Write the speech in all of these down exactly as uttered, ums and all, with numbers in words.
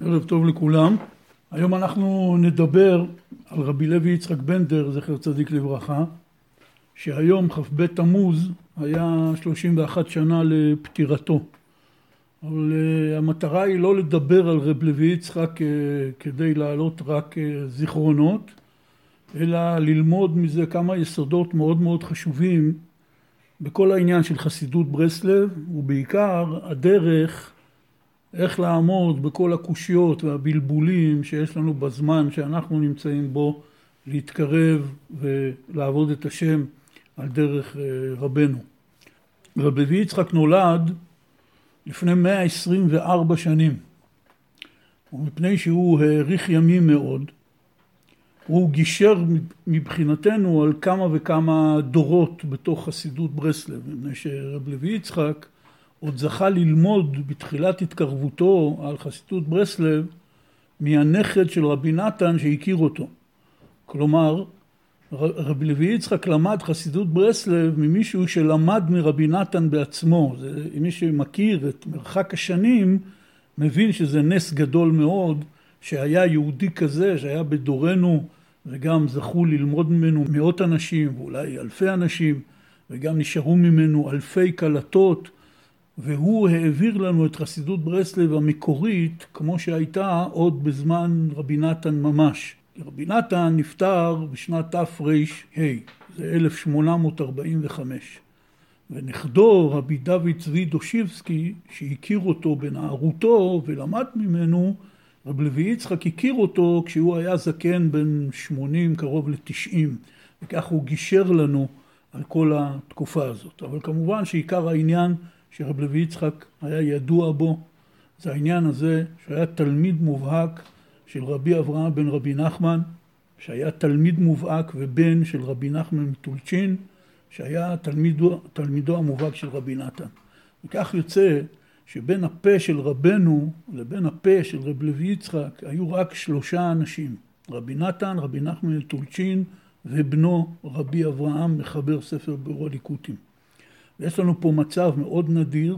ערב טוב לכולם. היום אנחנו נדבר על רבי לוי יצחק בנדר, זכר צדיק לברכה, שהיום כ"ב תמוז היה שלושים ואחת שנה לפטירתו. אבל המטרה היא לא לדבר על רבי לוי יצחק כדי להעלות רק זיכרונות, אלא ללמוד מזה כמה יסודות מאוד מאוד חשובים בכל העניין של חסידות ברסלב, ובעיקר הדרך איך לעמוד בכל הקושיות והבלבולים שיש לנו בזמן שאנחנו נמצאים בו, להתקרב ולעבוד את השם על דרך רבנו. רבי לוי יצחק נולד לפני מאה עשרים וארבע שנים, ומפני שהוא האריך ימים מאוד, הוא גישר מבחינתנו על כמה וכמה דורות בתוך חסידות ברסלב, מפני שרבי לוי יצחק עוד זכה ללמוד בתחילת התקרבותו על חסידות ברסלב מהנכד של רבי נתן שהכיר אותו. כלומר, רבי לוי יצחק למד חסידות ברסלב ממישהו שלמד מרבי נתן בעצמו. זה, מי שמכיר את מרחק השנים מבין שזה נס גדול מאוד שהיה יהודי כזה שהיה בדורנו, וגם זכו ללמוד ממנו מאות אנשים ואולי אלפי אנשים, וגם נשארו ממנו אלפי קלטות, והוא העביר לנו את חסידות ברסלב המקורית כמו שהייתה עוד בזמן רבי נתן ממש. רבי נתן נפטר בשנת תר"ה, זה אלף שמונה מאות ארבעים וחמש. ונכדו רבי דוד צבי דושיבסקי, שהכיר אותו בנערותו ולמד ממנו, רבי לוי יצחק הכיר אותו כשהוא היה זקן בן שמונים קרוב ל-תשעים, וכך הוא גישר לנו על כל התקופה הזאת. אבל כמובן שעיקר העניין שרבי לוי יצחק היה ידוע בו, זה העניין הזה שהיה תלמיד מובהק של רבי אברהם בן רבי נחמן, שהיה תלמיד מובהק ובן של רבי נחמן מטולצ'ין, שהיה תלמידו, תלמידו המובהק של רבי נתן. וכך יוצא שבין הפה של רבנו לבין הפה של רבי לוי יצחק היו רק שלושה אנשים, רבי נתן, רבי נחמן מטולצ'ין ובנו רבי אברהם מחבר ספר ביאור הליקוטים. ויש לנו פה מצב מאוד נדיר,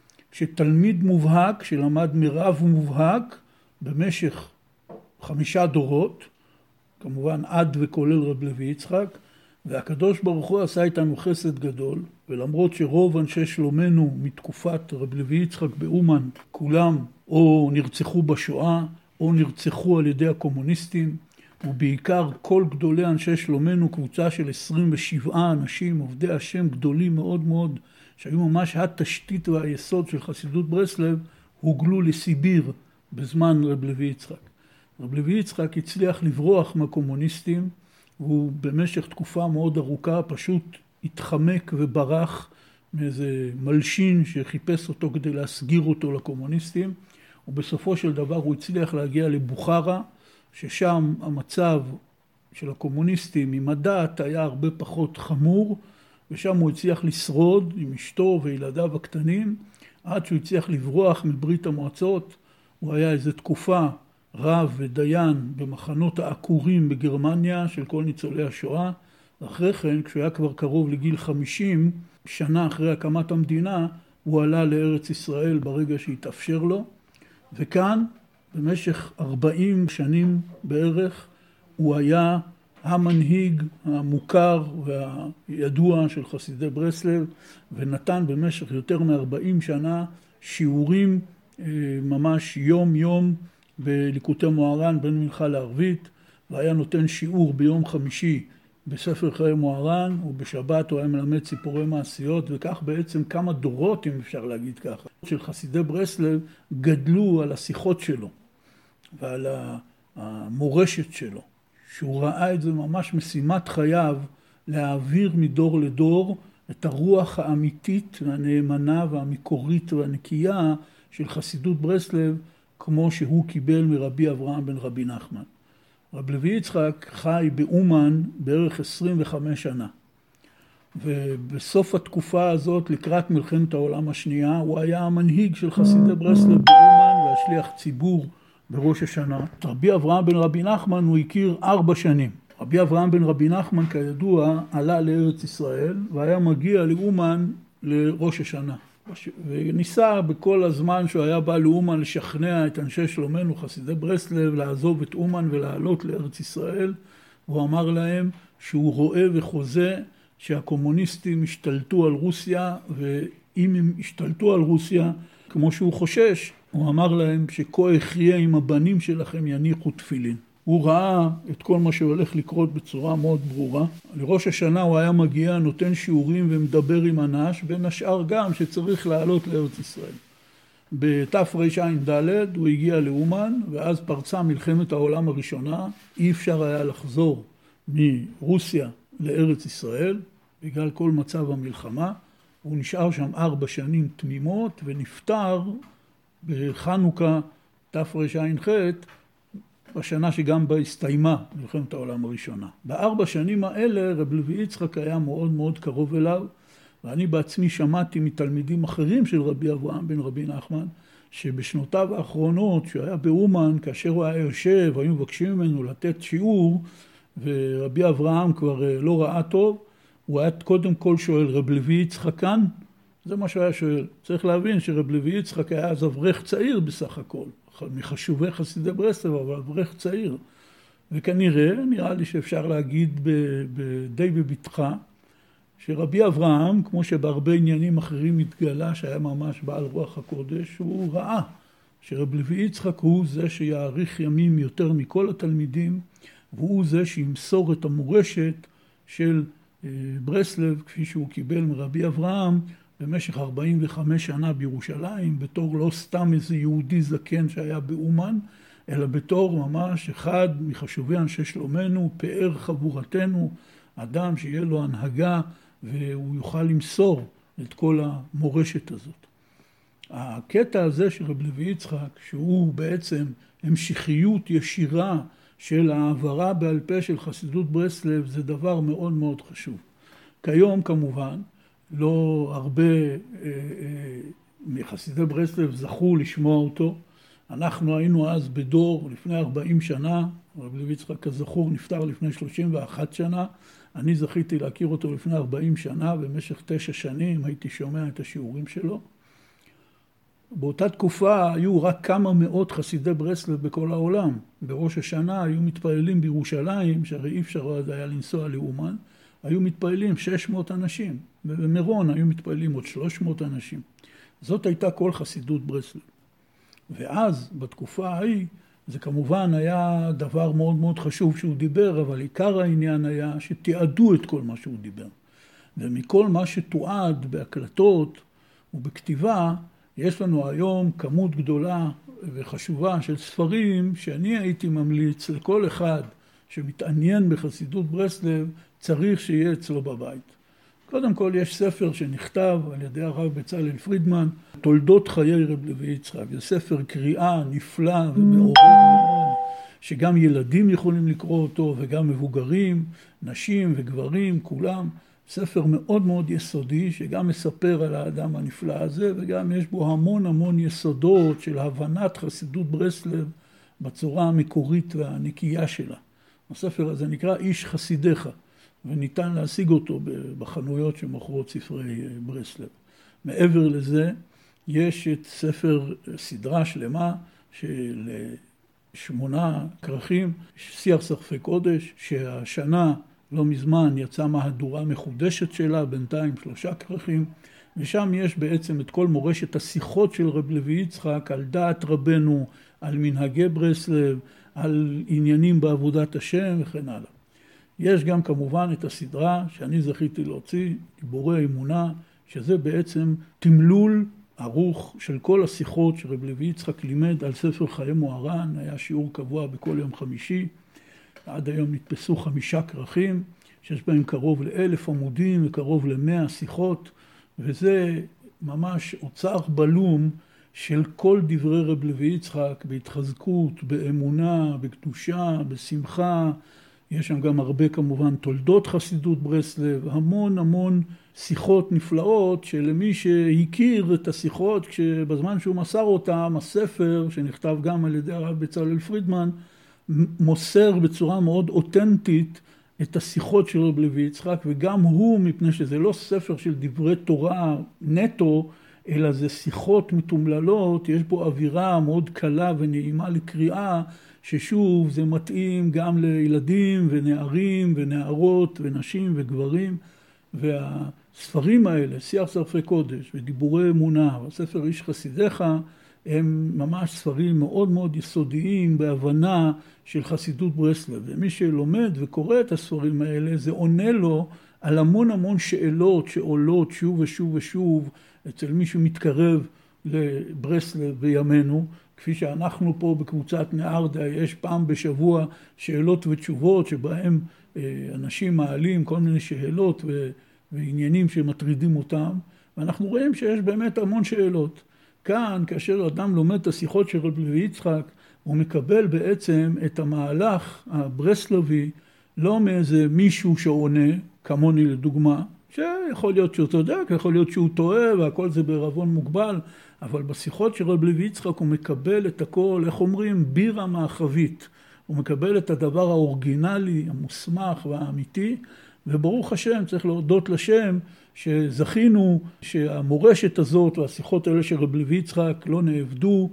שתלמיד מובהק שלמד מרב מובהק במשך חמישה דורות, כמובן עד וכולל רבי לוי יצחק, והקדוש ברוך הוא עשה איתנו חסד גדול, ולמרות שרוב אנשי שלומנו מתקופת רבי לוי יצחק באומן, כולם או נרצחו בשואה, או נרצחו על ידי הקומוניסטים, ובעיקר כל גדולי אנשי שלומנו, קבוצה של עשרים ושבעה אנשים, עובדי השם גדולים מאוד מאוד, שהיו ממש התשתית והיסוד של חסידות ברסלב, הוגלו לסיביר בזמן רבי לוי יצחק. רבי לוי יצחק הצליח לברוח מהקומוניסטים, והוא במשך תקופה מאוד ארוכה פשוט התחמק וברח מאיזה מלשין שחיפש אותו כדי להסגיר אותו לקומוניסטים, ובסופו של דבר הוא הצליח להגיע לבוכרה, ששם המצב של הקומוניסטים עם הדת היה הרבה פחות חמור, ושם הוא הצליח לשרוד עם אשתו וילדיו הקטנים, עד שהוא הצליח לברוח מברית המועצות. הוא היה איזו תקופה רב ודיין במחנות העקורים בגרמניה של כל ניצולי השואה. אחרי כן, כשהוא היה כבר קרוב לגיל חמישים, שנה אחרי הקמת המדינה, הוא עלה לארץ ישראל ברגע שהתאפשר לו, וכאן במשך ארבעים שנים בערך הוא היה המנהיג המוכר והידוע של חסידי ברסלב, ונתן במשך יותר מ-ארבעים שנה שיעורים ממש יום יום בליקוטי מוהר"ן בין מנחה לערבית, והיה נותן שיעור ביום חמישי בספר חיי מוהר"ן, ובשבת הוא היה מלמד סיפורי מעשיות, וכך בעצם כמה דורות, אם אפשר להגיד ככה, של חסידי ברסלב גדלו על השיחות שלו ועל המורשת שלו, שהוא ראה את זה ממש משימת חייו להעביר מדור לדור את הרוח האמיתית והנאמנה והמקורית והנקייה של חסידות ברסלב, כמו שהוא קיבל מרבי אברהם בן רבי נחמן. רבי לוי יצחק חי באומן בערך עשרים וחמש שנה, ובסוף התקופה הזאת לקראת מלחמת העולם השנייה הוא היה המנהיג של חסידי ברסלב באומן והשליח ציבור בראש השנה. רבי אברהם בן רבי נחמן הוא הכיר ארבע שנים. רבי אברהם בן רבי נחמן כידוע עלה לארץ ישראל והיה מגיע לאומן לראש השנה. וניסה בכל הזמן שהוא היה בא לאומן לשכנע את אנשי שלומנו, חסידי ברסלב, לעזוב את אומן ולעלות לארץ ישראל. הוא אמר להם שהוא רואה וחוזה שהקומוניסטים השתלטו על רוסיה, ואם הם השתלטו על רוסיה, כמו שהוא חושש, הוא אמר להם שכה אחיה עם הבנים שלכם יניחו תפילין. הוא ראה את כל מה שהולך לקרות בצורה מאוד ברורה. לראש השנה הוא היה מגיע, נותן שיעורים ומדבר עם אנש, בין השאר גם שצריך לעלות לארץ ישראל. בתרע"ד הוא הגיע לאומן, ואז פרצה מלחמת העולם הראשונה. אי אפשר היה לחזור מרוסיה לארץ ישראל, בגלל כל מצב המלחמה. הוא נשאר שם ארבע שנים תמימות, ונפטר בחנוכה תרע"ח, בשנה שגם בה הסתיימה מלחמת העולם הראשונה. בארבע שנים האלה רב לוי יצחק היה מאוד מאוד קרוב אליו, ואני בעצמי שמעתי מתלמידים אחרים של רבי אברהם בן רבי נחמן, שבשנותיו האחרונות, שהיה באומן, כאשר הוא היה יושב, היו מבקשים ממנו לתת שיעור, ורבי אברהם כבר לא ראה טוב, הוא היה קודם כל שואל, רב לוי יצחק כאן? זה מה שהוא היה שואל. צריך להבין שרב לוי יצחק היה אז אברך צעיר בסך הכל, מחשובי חסידי ברסלב, אבל אברך צעיר. וכנראה, נראה לי שאפשר להגיד די בבטחה, שרבי אברהם, כמו שבהרבה עניינים אחרים התגלה שהיה ממש בעל רוח הקודש, הוא ראה שרב לוי יצחק הוא זה שיאריך ימים יותר מכל התלמידים, והוא זה שימסור את המורשת של ברסלב, כפי שהוא קיבל מרבי אברהם, במשך ארבעים וחמש שנה בירושלים, בתור לא סתם איזה יהודי זקן שהיה באומן, אלא בתור ממש אחד מחשובי אנשי שלומנו, פאר חבורתנו, אדם שיהיה לו הנהגה, והוא יוכל למסור את כל המורשת הזאת. הקטע הזה של רב לוי יצחק, שהוא בעצם המשכיות ישירה של העברה בעל פה של חסידות ברסלב, זה דבר מאוד מאוד חשוב. כיום כמובן, לא הרבה אה, אה, מחסידי ברסלב זכו לשמוע אותו. אנחנו היינו אז בדור לפני ארבעים שנה, רב לוי יצחק כזכור נפטר לפני שלושים ואחת שנה, אני זכיתי להכיר אותו לפני ארבעים שנה, במשך תשע שנים הייתי שומע את השיעורים שלו. באותה תקופה היו רק כמה מאות חסידי ברסלב בכל העולם. בראש השנה היו מתפללים בירושלים, שהרי אי אפשר עוד היה לנסוע לאומן, היו מתפללים שש מאות אנשים, ובמירון היו מתפללים עוד שלוש מאות אנשים. זאת הייתה כל חסידות ברסלב. ואז, בתקופה ההיא, זה כמובן היה דבר מאוד מאוד חשוב שהוא דיבר, אבל עיקר העניין היה שתיעדו את כל מה שהוא דיבר. ומכל מה שתועד בהקלטות ובכתיבה, יש לנו היום כמות גדולה וחשובה של ספרים שאני הייתי ממליץ לכל אחד שמתעניין בחסידות ברסלב, צריך שיהיה אצלו בבית. קודם כל יש ספר שנכתב על ידי הרב בצלאל פרידמן, תולדות חיי רב לוי יצחק. זה ספר קריאה נפלא ומעורר מאוד, שגם ילדים יכולים לקרוא אותו וגם מבוגרים, נשים וגברים, כולם. ספר מאוד מאוד יסודי שגם מספר על האדם הנפלא הזה, וגם יש בו המון המון יסודות של הבנת חסידות ברסלב בצורה המקורית והנקייה שלה. הספר הזה נקרא איש חסידך, וניתן להשיג אותו בחנויות שמוכרות ספרי ברסלב. מעבר לזה, יש את ספר סדרה שלמה של שמונה כרכים, שיח שרפי קודש, שהשנה לא מזמן יצאה מהדורה מחודשת שלה, בינתיים שלושה כרכים, ושם יש בעצם את כל מורשת השיחות של רב לוי יצחק, על דעת רבנו, על מנהגי ברסלב, על עניינים בעבודת השם וכן הלאה. יש גם כמובן את הסדרה שאני זכיתי להוציא, גיבורי אמונה, שזה בעצם תמלול ערוך של כל השיחות שרב לוי יצחק לימד על ספר חיי מוהר"ן, היה שיעור קבוע בכל יום חמישי, עד היום נתפסו חמישה כרכים, שיש בהם קרוב לאלף עמודים וקרוב למאה שיחות, וזה ממש אוצר בלום של כל דברי רב לוי יצחק, בהתחזקות, באמונה, בקדושה, בשמחה. יש שם גם הרבה כמובן תולדות חסידות ברסלב, המון המון שיחות נפלאות, שלמי שהכיר את השיחות, בזמן שהוא מסר אותם, הספר שנכתב גם על ידי הרב בצלאל פרידמן, מוסר בצורה מאוד אותנטית את השיחות של רב לוי יצחק, וגם הוא, מפני שזה לא ספר של דברי תורה נטו, אלא זה שיחות מתומללות, יש בו אווירה מאוד קלה ונעימה לקריאה, ששוב זה מתאים גם לילדים ונערים ונערות ונשים וגברים, והספרים האלה, שיח שרפי קודש ודיבורי אמונה והספר איש חסידיך, הם ממש ספרים מאוד מאוד יסודיים בהבנה של חסידות ברסלב. ומי שלומד וקורא את הספרים האלה, זה עונה לו על המון המון שאלות שעולות שוב ושוב ושוב אצל מי שמתקרב לברסלב בימינו. כפי שאנחנו פה בקבוצת נהרדה, יש פעם בשבוע שאלות ותשובות שבהם אנשים מעלים כל מיני שאלות ועניינים שמטרידים אותם. ואנחנו רואים שיש באמת המון שאלות. כאן, כאשר אדם לומד את השיחות של רבי לוי יצחק, הוא מקבל בעצם את המהלך הברסלבי, לא מאיזה מישהו שעונה, כמוני לדוגמה, שיכול להיות שהוא צודק, יכול להיות שהוא טועה, והכל זה בערבון מוגבל, אבל בשיחות של רבי לוי יצחק הוא מקבל את הכל, איך אומרים, בירה מהחבית. הוא מקבל את הדבר האורגינלי, המוסמך והאמיתי, וברוך השם, צריך להודות לשם, שזכינו שהמורשת הזאת והשיחות האלה של רבי לוי יצחק לא נאבדו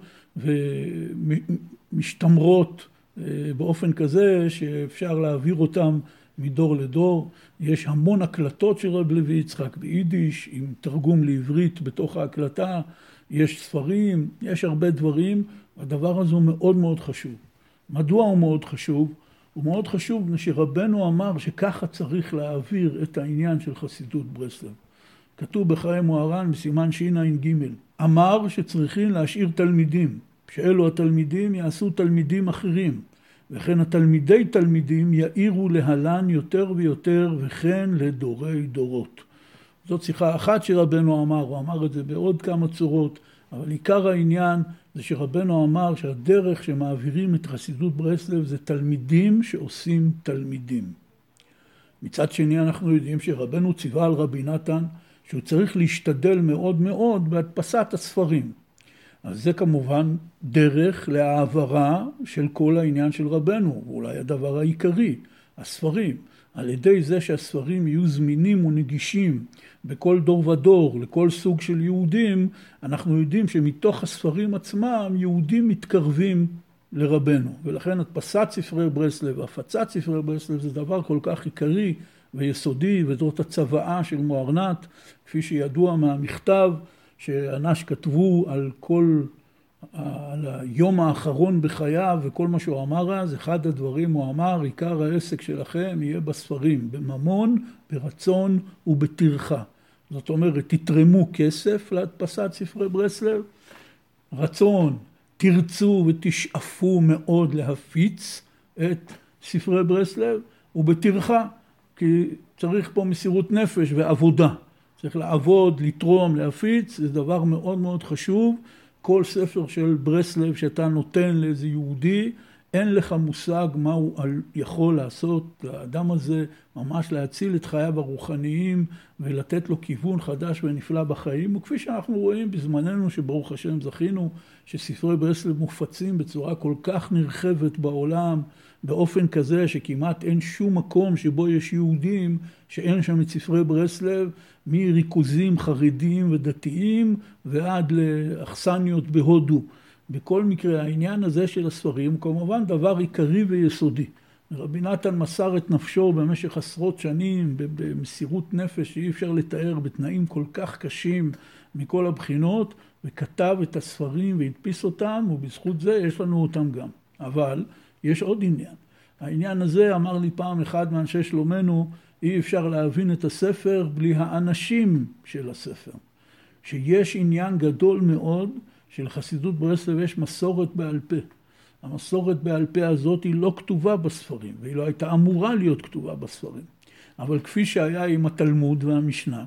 ומשתמרות באופן כזה שאפשר להעביר אותם מדור לדור. יש המון הקלטות של רבי לוי יצחק ביידיש עם תרגום לעברית בתוך ההקלטה, יש ספרים, יש הרבה דברים. הדבר הזה הוא מאוד מאוד חשוב. מדוע הוא מאוד חשוב? הוא מאוד חשוב שרבנו אמר שככה צריך להעביר את העניין של חסידות ברסלב. כתוב בחיי מוהר"ן בסימן שע"ג. אמר שצריכים להשאיר תלמידים, שאלו התלמידים יעשו תלמידים אחרים, וכן התלמידי תלמידים יאירו להלן יותר ויותר וכן לדורי דורות. זאת שיחה אחת שרבנו אמר, הוא אמר את זה בעוד כמה צורות, אבל עיקר העניין זה שרבנו אמר שהדרך שמעבירים את חסידות ברסלב זה תלמידים שעושים תלמידים. מצד שני אנחנו יודעים שרבנו ציווה על רבי נתן שהוא צריך להשתדל מאוד מאוד בהדפסת הספרים. אז זה כמובן דרך להעברה של כל העניין של רבנו, ואולי הדבר העיקרי, הספרים. על ידי זה שהספרים יהיו זמינים ונגישים בכל דור ודור, לכל סוג של יהודים, אנחנו יודעים שמתוך הספרים עצמם יהודים מתקרבים לרבנו. ולכן הדפסת ספרי ברסלב והפצת ספרי ברסלב זה דבר כל כך עיקרי ויסודי, וזאת הצוואה של מוהר"נת, כפי שידוע מהמכתב שאנש כתבו על כל, על היום האחרון בחייו וכל מה שהוא אמר אז. אחד הדברים הוא אמר, עיקר העסק שלכם יהיה בספרים, בממון, ברצון ובטרחה. זאת אומרת, תתרמו כסף להדפסת ספרי ברסלב, רצון, תרצו ותשאפו מאוד להפיץ את ספרי ברסלב, ובטרחה, כי צריך פה מסירות נפש ועבודה. צריך לעבוד, לתרום, להפיץ, זה דבר מאוד מאוד חשוב. כל ספר של ברסלב שאתה נותן לאיזה יהודי, אין לך מושג מה הוא יכול לעשות לאדם הזה, ממש להציל את חייו הרוחניים ולתת לו כיוון חדש ונפלא בחיים. וכפי שאנחנו רואים בזמננו שברוך השם זכינו שספרי ברסלב מופצים בצורה כל כך נרחבת בעולם, באופן כזה שכמעט אין שום מקום שבו יש יהודים שאין שם את ספרי ברסלב, מריכוזים חרדיים ודתיים ועד לאכסניות בהודו. בכל מקרה העניין הזה של הספרים הוא כמובן דבר עיקרי ויסודי. רבי נתן מסר את נפשו במשך עשרות שנים במסירות נפש שאי אפשר לתאר, בתנאים כל כך קשים מכל הבחינות, וכתב את הספרים והדפיס אותם, ובזכות זה יש לנו אותם גם. אבל יש עוד עניין. העניין הזה, אמר לי פעם אחד מאנשי שלומנו, אי אפשר להבין את הספר בלי האנשים של הספר. שיש עניין גדול מאוד של חסידות ברסלב, יש מסורת בעל פה. המסורת בעל פה הזאת היא לא כתובה בספרים, והיא לא הייתה אמורה להיות כתובה בספרים. אבל כפי שהיה עם התלמוד והמשנה,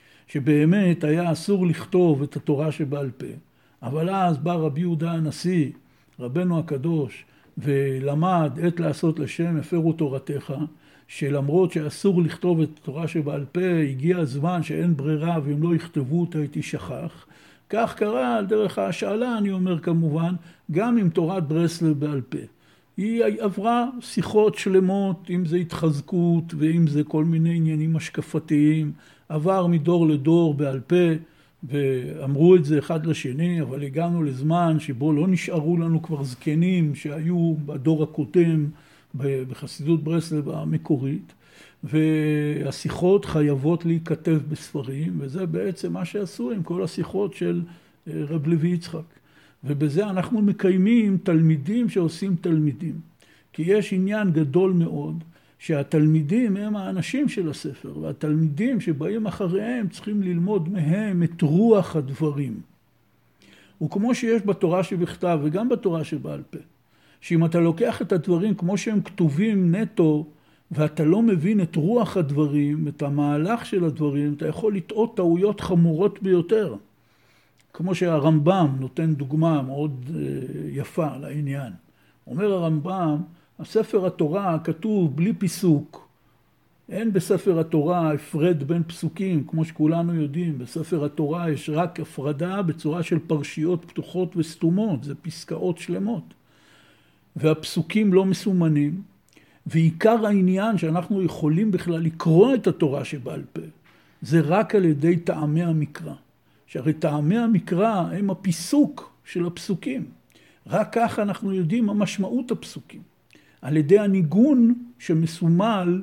שבאמת היה אסור לכתוב את התורה שבעל פה, אבל אז בא רבי יהודה הנשיא, רבנו הקדוש, ולמד עת לעשות לשם הפרו תורתך, שלמרות שאסור לכתוב את התורה שבעל פה, הגיע הזמן שאין ברירה ואם לא יכתבו אותה היא תשכח. כך קרה על דרך ההשאלה, אני אומר כמובן, גם עם תורת ברסלב בעל פה. היא עברה שיחות שלמות, אם זה התחזקות ואם זה כל מיני עניינים השקפתיים, עבר מדור לדור בעל פה, ואמרו את זה אחד לשני, אבל הגענו לזמן שבו לא נשארו לנו כבר זקנים שהיו בדור הקודם בחסידות ברסלב המקורית, והשיחות חייבות להיכתב בספרים, וזה בעצם מה שעשו עם כל השיחות של רב לוי יצחק. ובזה אנחנו מקיימים תלמידים שעושים תלמידים. כי יש עניין גדול מאוד שהתלמידים הם האנשים של הספר, והתלמידים שבאים אחריהם צריכים ללמוד מהם את רוח הדברים. וכמו שיש בתורה שבכתב וגם בתורה שבעל פה, שאם אתה לוקח את הדברים כמו שהם כתובים נטו, ואתה לא מבין את רוח הדברים, את המהלך של הדברים, אתה יכול לטעות טעויות חמורות ביותר. כמו שהרמב"ם נותן דוגמה מאוד יפה לעניין. אומר הרמב"ם, הספר התורה כתוב בלי פיסוק. אין בספר התורה הפרד בין פסוקים, כמו שכולנו יודעים. בספר התורה יש רק הפרדה בצורה של פרשיות פתוחות וסתומות, זה פסקאות שלמות. והפסוקים לא מסומנים. ועיקר העניין שאנחנו יכולים בכלל לקרוא את התורה שבעל פה, זה רק על ידי טעמי המקרא. שהרי טעמי המקרא הם הפיסוק של הפסוקים. רק כך אנחנו יודעים מה משמעות הפסוקים. על ידי הניגון שמסומל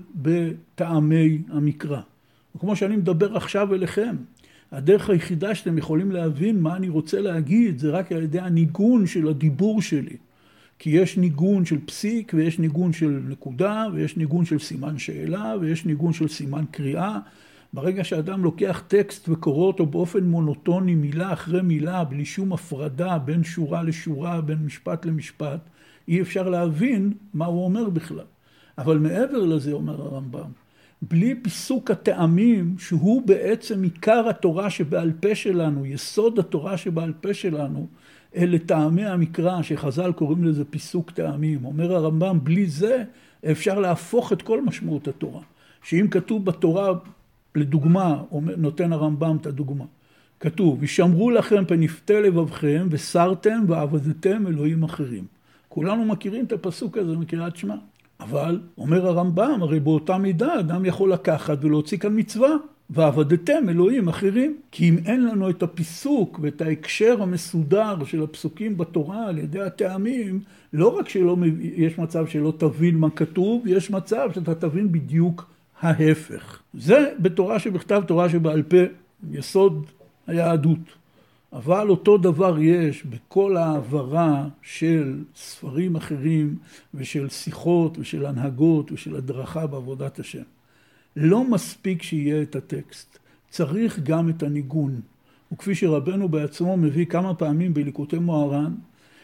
בטעמי המקרא. וכמו שאני מדבר עכשיו אליכם, הדרך היחידה שאתם יכולים להבין מה אני רוצה להגיד, זה רק על ידי הניגון של הדיבור שלי. כי יש ניגון של פסיק, ויש ניגון של נקודה, ויש ניגון של סימן שאלה, ויש ניגון של סימן קריאה. ברגע שאדם לוקח טקסט וקורא אותו באופן מונוטוני, מילה אחרי מילה, בלי שום הפרדה בין שורה לשורה, בין משפט למשפט, אי אפשר להבין מה הוא אומר בכלל. אבל מעבר לזה, אומר הרמב"ם, בלי פיסוק הטעמים, שהוא בעצם עיקר התורה שבעל פה שלנו, יסוד התורה שבעל פה שלנו, אלה טעמי המקרא, שחז"ל קוראים לזה פיסוק טעמים. אומר הרמב"ם, בלי זה אפשר להפוך את כל משמעות התורה. שאם כתוב בתורה, לדוגמה, נותן הרמב"ם את הדוגמה, כתוב, וישמרו לכם פנפתי לבבכם, וסרתם ועבדתם אלוהים אחרים. כולנו מכירים את הפסוק הזה מקריאת שמע. אבל, אומר הרמב"ם, הרי באותה מידה אדם יכול לקחת ולהוציא כאן מצווה, ועבדתם אלוהים אחרים. כי אם אין לנו את הפיסוק ואת ההקשר המסודר של הפסוקים בתורה על ידי הטעמים, לא רק שלא יש מצב שלא תבין מה כתוב, יש מצב שאתה תבין בדיוק ההפך. זה בתורה שבכתב, תורה שבעל פה, יסוד היהדות. אבל אותו דבר יש בכל העברה של ספרים אחרים ושל שיחות ושל הנהגות ושל הדרכה בעבודת השם. לא מספיק שיהיה את הטקסט, צריך גם את הניגון. וכפי שרבנו בעצמו מביא כמה פעמים בליקוטי מוהר"ן,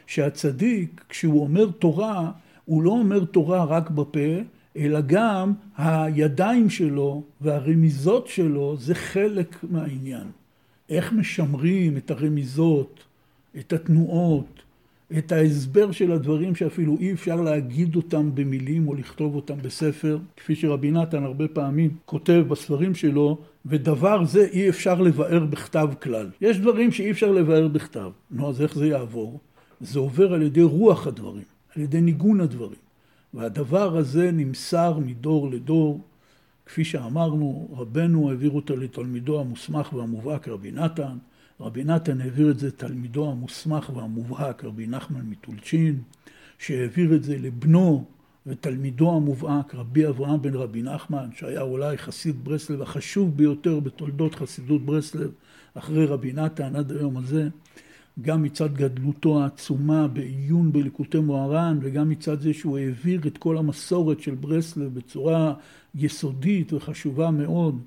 שהצדיק כשהוא אומר תורה, הוא לא אומר תורה רק בפה, אלא גם הידיים שלו והרמיזות שלו זה חלק מהעניין. איך משמרים את הרמיזות, את התנועות, את ההסבר של הדברים שאפילו אי אפשר להגיד אותם במילים או לכתוב אותם בספר, כפי שרבי נתן הרבה פעמים כותב בספרים שלו, ודבר זה אי אפשר לבאר בכתב כלל. יש דברים שאי אפשר לבאר בכתב. נו, אז איך זה יעבור? זה עובר על ידי רוח הדברים, על ידי ניגון הדברים. והדבר הזה נמסר מדור לדור, כפי שאמרנו, רבנו העביר אותו לתלמידו המוסמך והמובהק רבי נתן, רבי נתן העביר את זה תלמידו המוסמך והמובהק רבי נחמן מטולצ'ין, שהעביר את זה לבנו ותלמידו המובהק רבי אברהם בן רבי נחמן, שהיה אולי חסיד ברסלב החשוב ביותר בתולדות חסידות ברסלב, אחרי רבי נתן עד היום הזה, גם מצד גדלותו העצומה בעיון בליקוטי מוהר"ן, וגם מצד זה שהוא העביר את כל המסורת של ברסלב בצורה יסודית וחשובה מאוד.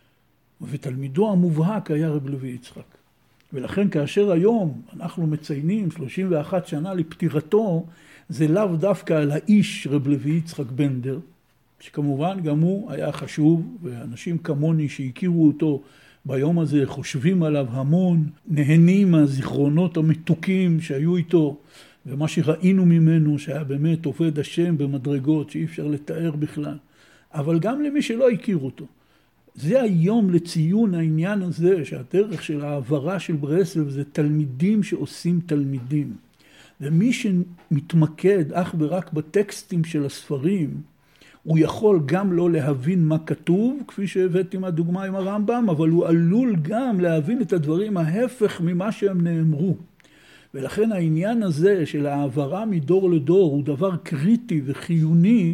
ותלמידו המובהק היה רב לוי יצחק. ולכן כאשר היום אנחנו מציינים שלושים ואחת שנה לפטירתו, זה לאו דווקא על האיש רב לוי יצחק בנדר, שכמובן גם הוא היה חשוב, ואנשים כמוני שהכירו אותו ביום הזה חושבים עליו המון, נהנים מהזיכרונות המתוקים שהיו איתו, ומה שראינו ממנו שהיה באמת עובד השם במדרגות שאי אפשר לתאר בכלל. אבל גם למי שלא הכיר אותו. זה היום לציון העניין הזה, שהדרך של העברה של ברסלב זה תלמידים שעושים תלמידים. ומי שמתמקד אך ורק בטקסטים של הספרים, הוא יכול גם לא להבין מה כתוב, כפי שהבאתי מהדוגמה עם הרמב"ם, אבל הוא עלול גם להבין את הדברים ההפך ממה שהם נאמרו. ולכן העניין הזה של העברה מדור לדור הוא דבר קריטי וחיוני,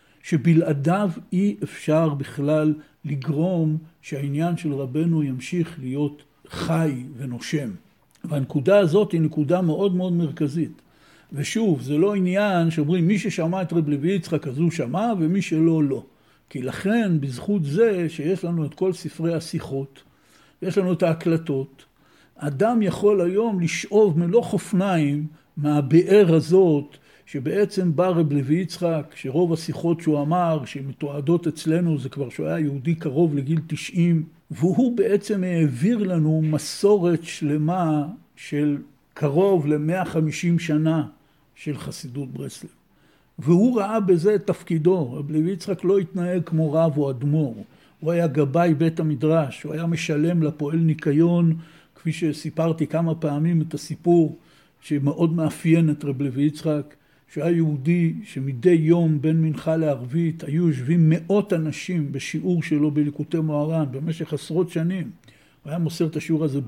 שבלעדיו אי אפשר בכלל לגרום שהעניין של רבנו ימשיך להיות חי ונושם. והנקודה הזאת היא נקודה מאוד מאוד מרכזית. ושוב, זה לא עניין שאומרים מי ששמע את רב לוי יצחק אז הוא שמע ומי שלא לא. כי לכן בזכות זה שיש לנו את כל ספרי השיחות, יש לנו את ההקלטות, אדם יכול היום לשאוב מלוא חופניים מהבאר הזאת, שבעצם בא רב לוי יצחק, שרוב השיחות שהוא אמר, שמתועדות אצלנו, זה כבר שהוא היה יהודי קרוב לגיל תשעים, והוא בעצם העביר לנו מסורת שלמה של קרוב ל-מאה וחמישים שנה של חסידות ברסלב. והוא ראה בזה את תפקידו. רב לוי יצחק לא התנהג כמו רב או אדמו"ר. הוא היה גבאי בית המדרש, הוא היה משלם לפועל ניקיון, כפי שסיפרתי כמה פעמים את הסיפור שמאוד מאפיין את רב לוי יצחק, שהיה יהודי שמדי יום בין מנחה לערבית היו יושבים מאות אנשים בשיעור שלו בליקוטי מוהר"ן במשך עשרות שנים. הוא היה מוסר את השיעור הזה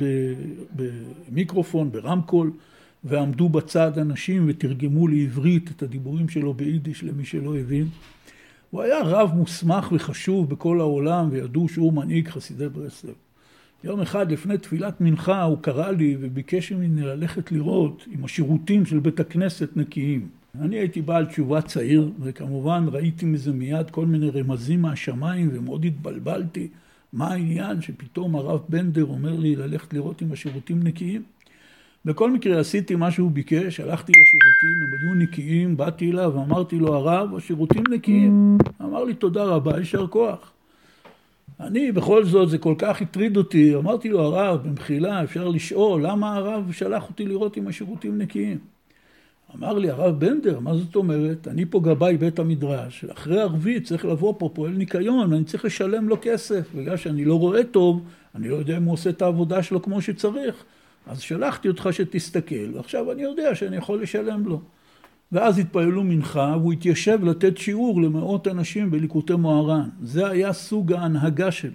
במיקרופון, ברמקול, ועמדו בצד אנשים ותרגמו לעברית את הדיבורים שלו ביידיש למי שלא הבין. הוא היה רב מוסמך וחשוב בכל העולם וידעו שהוא מנהיג חסידי ברסלב. יום אחד לפני תפילת מנחה הוא קרא לי וביקש ממני ללכת לראות אם השירותים של בית הכנסת נקיים. אני הייתי בעל תשובה צעיר וכמובן ראיתי מזה מיד כל מיני רמזים מהשמיים ומאוד התבלבלתי. מה העניין שפתאום הרב בנדר אומר לי ללכת לראות אם השירותים נקיים? בכל מקרה עשיתי מה שהוא ביקש, הלכתי לשירותים, הם היו נקיים, באתי אליו ואמרתי לו הרב, השירותים נקיים. אמר לי תודה רבה, יישר כוח. אני בכל זאת זה כל כך הטריד אותי, אמרתי לו הרב במחילה אפשר לשאול למה הרב שלח אותי לראות אם השירותים נקיים. אמר לי הרב בנדר, מה זאת אומרת? אני פה גבאי בית המדרש, אחרי ערבית צריך לבוא פה פועל ניקיון, אני צריך לשלם לו כסף, בגלל שאני לא רואה טוב, אני לא יודע אם הוא עושה את העבודה שלו כמו שצריך, אז שלחתי אותך שתסתכל, ועכשיו אני יודע שאני יכול לשלם לו. ואז התפעלו מנחה, והוא התיישב לתת שיעור למאות אנשים בליקוטי מוהר"ן. זה היה סוג ההנהגה שלו.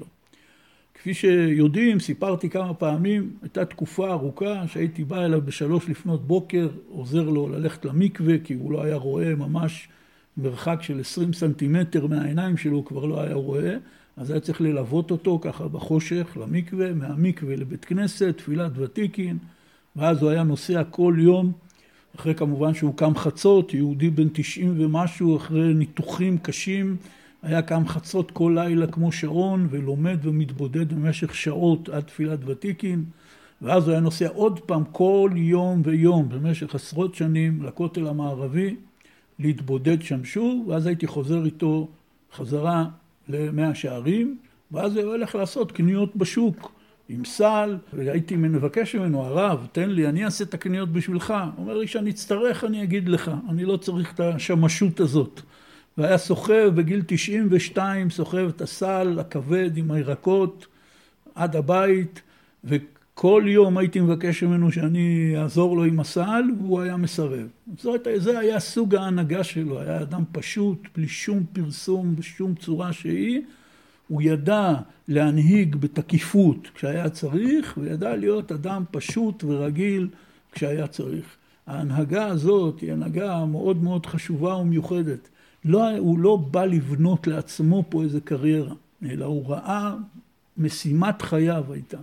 כפי שיודעים, סיפרתי כמה פעמים, הייתה תקופה ארוכה שהייתי בא אליו בשלוש לפנות בוקר, עוזר לו ללכת למקווה, כי הוא לא היה רואה ממש מרחק של עשרים סנטימטר מהעיניים שלו, הוא כבר לא היה רואה, אז היה צריך ללוות אותו ככה בחושך למקווה, מהמקווה לבית כנסת, תפילת ותיקין, ואז הוא היה נוסע כל יום, אחרי כמובן שהוא קם חצות, יהודי בן תשעים ומשהו, אחרי ניתוחים קשים, היה קם חצות כל לילה כמו שעון, ולומד ומתבודד במשך שעות עד תפילת ותיקין, ואז הוא היה נוסע עוד פעם כל יום ויום, במשך עשרות שנים, לכותל המערבי, להתבודד שם שוב, ואז הייתי חוזר איתו חזרה למאה שערים, ואז הוא הולך לעשות קניות בשוק, עם סל, והייתי מבקש ממנו, הרב, תן לי, אני אעשה את הקניות בשבילך. הוא אומר לי שאני אצטרך, אני אגיד לך, אני לא צריך את השמשות הזאת. והיה סוחב בגיל תשעים ושתיים, סוחב את הסל הכבד עם הירקות עד הבית, וכל יום הייתי מבקש ממנו שאני אעזור לו עם הסל, והוא היה מסרב. זאת, זה היה סוג ההנהגה שלו, היה אדם פשוט, בלי שום פרסום, בשום צורה שהיא, הוא ידע להנהיג בתקיפות כשהיה צריך, וידע להיות אדם פשוט ורגיל כשהיה צריך. ההנהגה הזאת היא הנהגה מאוד מאוד חשובה ומיוחדת. לא, הוא לא בא לבנות לעצמו פה איזה קריירה, אלא הוא ראה משימת חייו הייתה,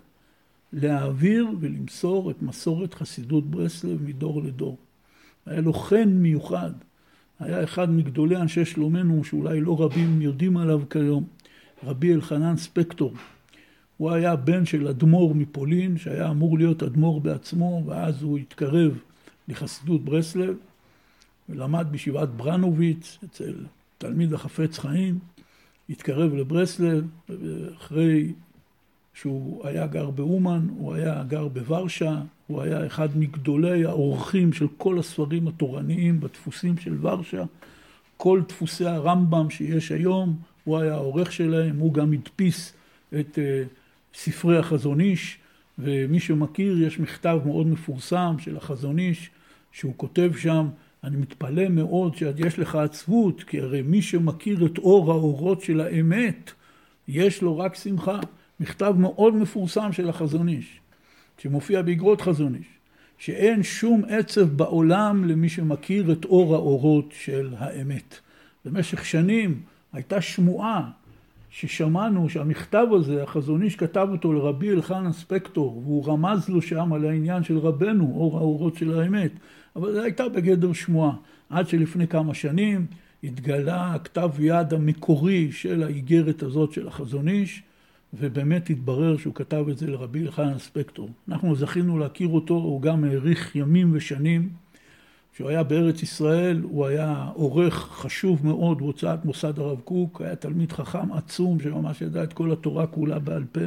להעביר ולמסור את מסורת חסידות ברסלב מדור לדור. היה לו חן מיוחד, היה אחד מגדולי אנשי שלומנו שאולי לא רבים יודעים עליו כיום, רבי אלחנן ספקטור. הוא היה בן של אדמו"ר מפולין, שהיה אמור להיות אדמו"ר בעצמו, ואז הוא התקרב לחסידות ברסלב, ולמד בישיבת ברנוביץ אצל תלמיד החפץ חיים, התקרב לברסלב, ואחרי שהוא היה גר באומן, הוא היה גר בוורשה, הוא היה אחד מגדולי האורחים של כל הספרים התורניים בדפוסים של ורשה, כל דפוסי הרמב"ם שיש היום, הוא היה העורך שלהם, הוא גם הדפיס את uh, ספרי החזון איש, ומי שמכיר יש מכתב מאוד מפורסם של החזון איש, שהוא כותב שם אני מתפלא מאוד שיש לך עצבות, כי הרי מי שמכיר את אור האורות של האמת, יש לו רק שמחה. מכתב מאוד מפורסם של החזון איש, שמופיע באגרות חזון איש, שאין שום עצב בעולם למי שמכיר את אור האורות של האמת. במשך שנים הייתה שמועה ששמענו שהמכתב הזה, החזון איש כתב אותו לרבי אלחנן ספקטור, והוא רמז לו שם על העניין של רבנו, אור האורות של האמת. אבל זה הייתה בגדר שמועה, עד שלפני כמה שנים התגלה הכתב יד המקורי של האיגרת הזאת של החזון איש, ובאמת התברר שהוא כתב את זה לרבי אלחנן ספקטור. אנחנו זכינו להכיר אותו, הוא גם העריך ימים ושנים. כשהוא היה בארץ ישראל, הוא היה עורך חשוב מאוד בהוצאת מוסד הרב קוק, היה תלמיד חכם עצום שממש ידע את כל התורה כולה בעל פה.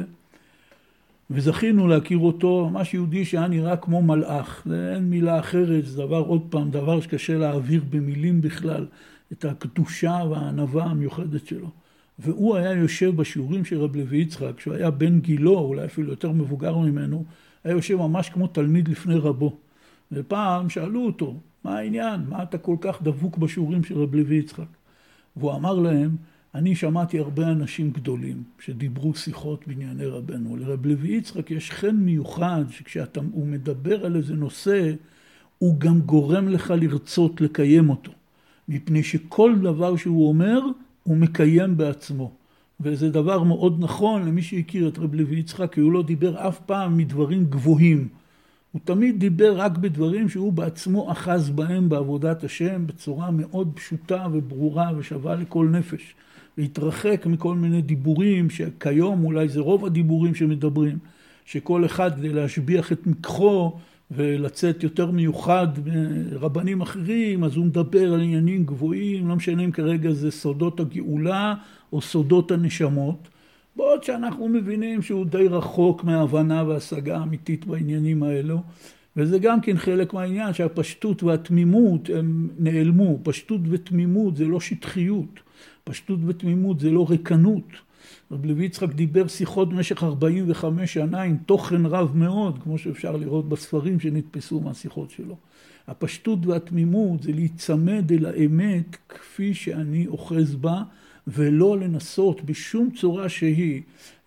וזכינו להכיר אותו, ממש יהודי שהיה נראה כמו מלאך. זה אין מילה אחרת, זה דבר עוד פעם, דבר שקשה להעביר במילים בכלל, את הקדושה והענווה המיוחדת שלו. והוא היה יושב בשיעורים של רב לוי יצחק, כשהוא היה בן גילו, אולי אפילו יותר מבוגר ממנו, היה יושב ממש כמו תלמיד לפני רבו. ופעם שאלו אותו, מה העניין? מה אתה כל כך דבוק בשיעורים של רב לוי יצחק? והוא אמר להם, אני שמעתי הרבה אנשים גדולים שדיברו שיחות בענייני רבנו. לרב לוי יצחק יש חן מיוחד שכשהוא מדבר על איזה נושא, הוא גם גורם לך לרצות לקיים אותו. מפני שכל דבר שהוא אומר, הוא מקיים בעצמו. וזה דבר מאוד נכון למי שהכיר את רב לוי יצחק, כי הוא לא דיבר אף פעם מדברים גבוהים. הוא תמיד דיבר רק בדברים שהוא בעצמו אחז בהם בעבודת השם, בצורה מאוד פשוטה וברורה ושווה לכל נפש. והתרחק מכל מיני דיבורים, שכיום אולי זה רוב הדיבורים שמדברים, שכל אחד כדי להשביח את מקחו ולצאת יותר מיוחד מרבנים אחרים, אז הוא מדבר על עניינים גבוהים, לא משנה אם כרגע זה סודות הגאולה או סודות הנשמות, בעוד שאנחנו מבינים שהוא די רחוק מההבנה וההשגה האמיתית בעניינים האלו, וזה גם כן חלק מהעניין שהפשטות והתמימות הם נעלמו. פשטות ותמימות זה לא שטחיות, פשטות ותמימות זה לא ריקנות. רב לוי יצחק דיבר שיחות במשך ארבעים וחמש שנה עם תוכן רב מאוד, כמו שאפשר לראות בספרים שנתפסו מהשיחות שלו. הפשטות והתמימות זה להיצמד אל האמת כפי שאני אוחז בה, ולא לנסות בשום צורה שהיא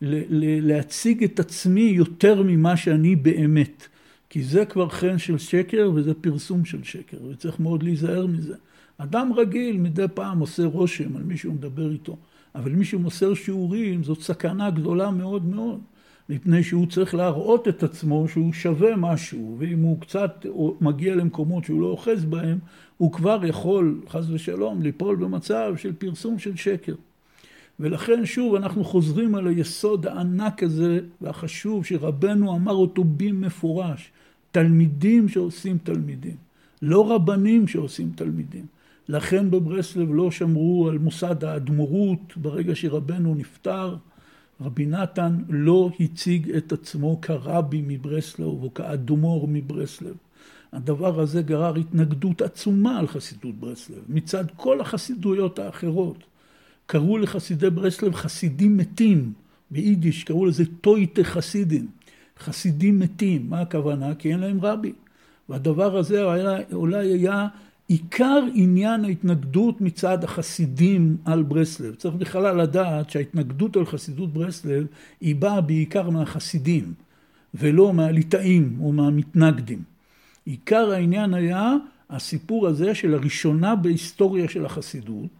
להציג את עצמי יותר ממה שאני באמת. כי זה כבר חן של שקר וזה פרסום של שקר, וצריך מאוד להיזהר מזה. אדם רגיל מדי פעם עושה רושם על מישהו מדבר איתו, אבל מי שמוסר שיעורים זאת סכנה גדולה מאוד מאוד, מפני שהוא צריך להראות את עצמו שהוא שווה משהו, ואם הוא קצת מגיע למקומות שהוא לא אוחז בהם, הוא כבר יכול, חס ושלום, ליפול במצב של פרסום של שקר. ולכן שוב אנחנו חוזרים על היסוד הענק הזה והחשוב שרבנו אמר אותו במפורש, תלמידים שעושים תלמידים, לא רבנים שעושים תלמידים. לכן בברסלב לא שמרו על מוסד האדמו"רות. ברגע שרבנו נפטר, רבי נתן לא הציג את עצמו כרבי מברסלב או כאדמו"ר מברסלב. הדבר הזה גרר התנגדות עצומה על חסידות ברסלב, מצד כל החסידויות האחרות. קראו לחסידי ברסלב חסידים מתים, ביידיש קראו לזה טויטה חסידים, חסידים מתים. מה הכוונה? כי אין להם רבי. והדבר הזה היה, אולי היה עיקר עניין ההתנגדות מצד החסידים על ברסלב. צריך בכלל לדעת שההתנגדות על חסידות ברסלב היא באה בעיקר מהחסידים, ולא מהליטאים או מהמתנגדים. עיקר העניין היה הסיפור הזה של הראשונה בהיסטוריה של החסידות,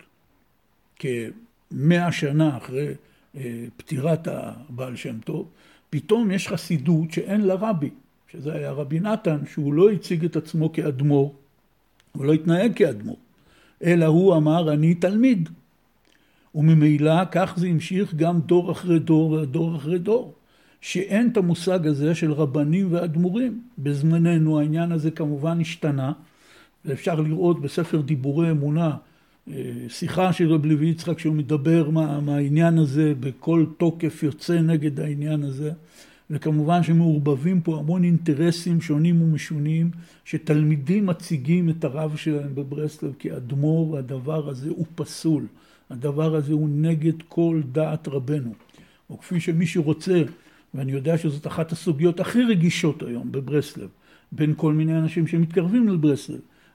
כמאה שנה אחרי פטירת הבעל שם טוב, פתאום יש חסידות שאין לה רבי, שזה היה רבי נתן, שהוא לא הציג את עצמו כאדמו"ר, הוא לא התנהג כאדמו"ר, אלא הוא אמר אני תלמיד. וממילא כך זה המשיך גם דור אחרי דור ודור אחרי דור, שאין את המושג הזה של רבנים ואדמו"רים. בזמננו העניין הזה כמובן השתנה, ואפשר לראות בספר דיבורי אמונה, שיחה של רב לוי יצחק שהוא מדבר מה, מהעניין הזה, בכל תוקף יוצא נגד העניין הזה, וכמובן שמעורבבים פה המון אינטרסים שונים ומשונים, שתלמידים מציגים את הרב שלהם בברסלב כאדמו"ר, והדבר הזה הוא פסול. הדבר הזה הוא נגד כל דעת רבנו. או כפי שמי שרוצה, ואני יודע שזאת אחת הסוגיות הכי רגישות היום בברסלב, בין כל מיני אנשים שמתקרבים לברסלב,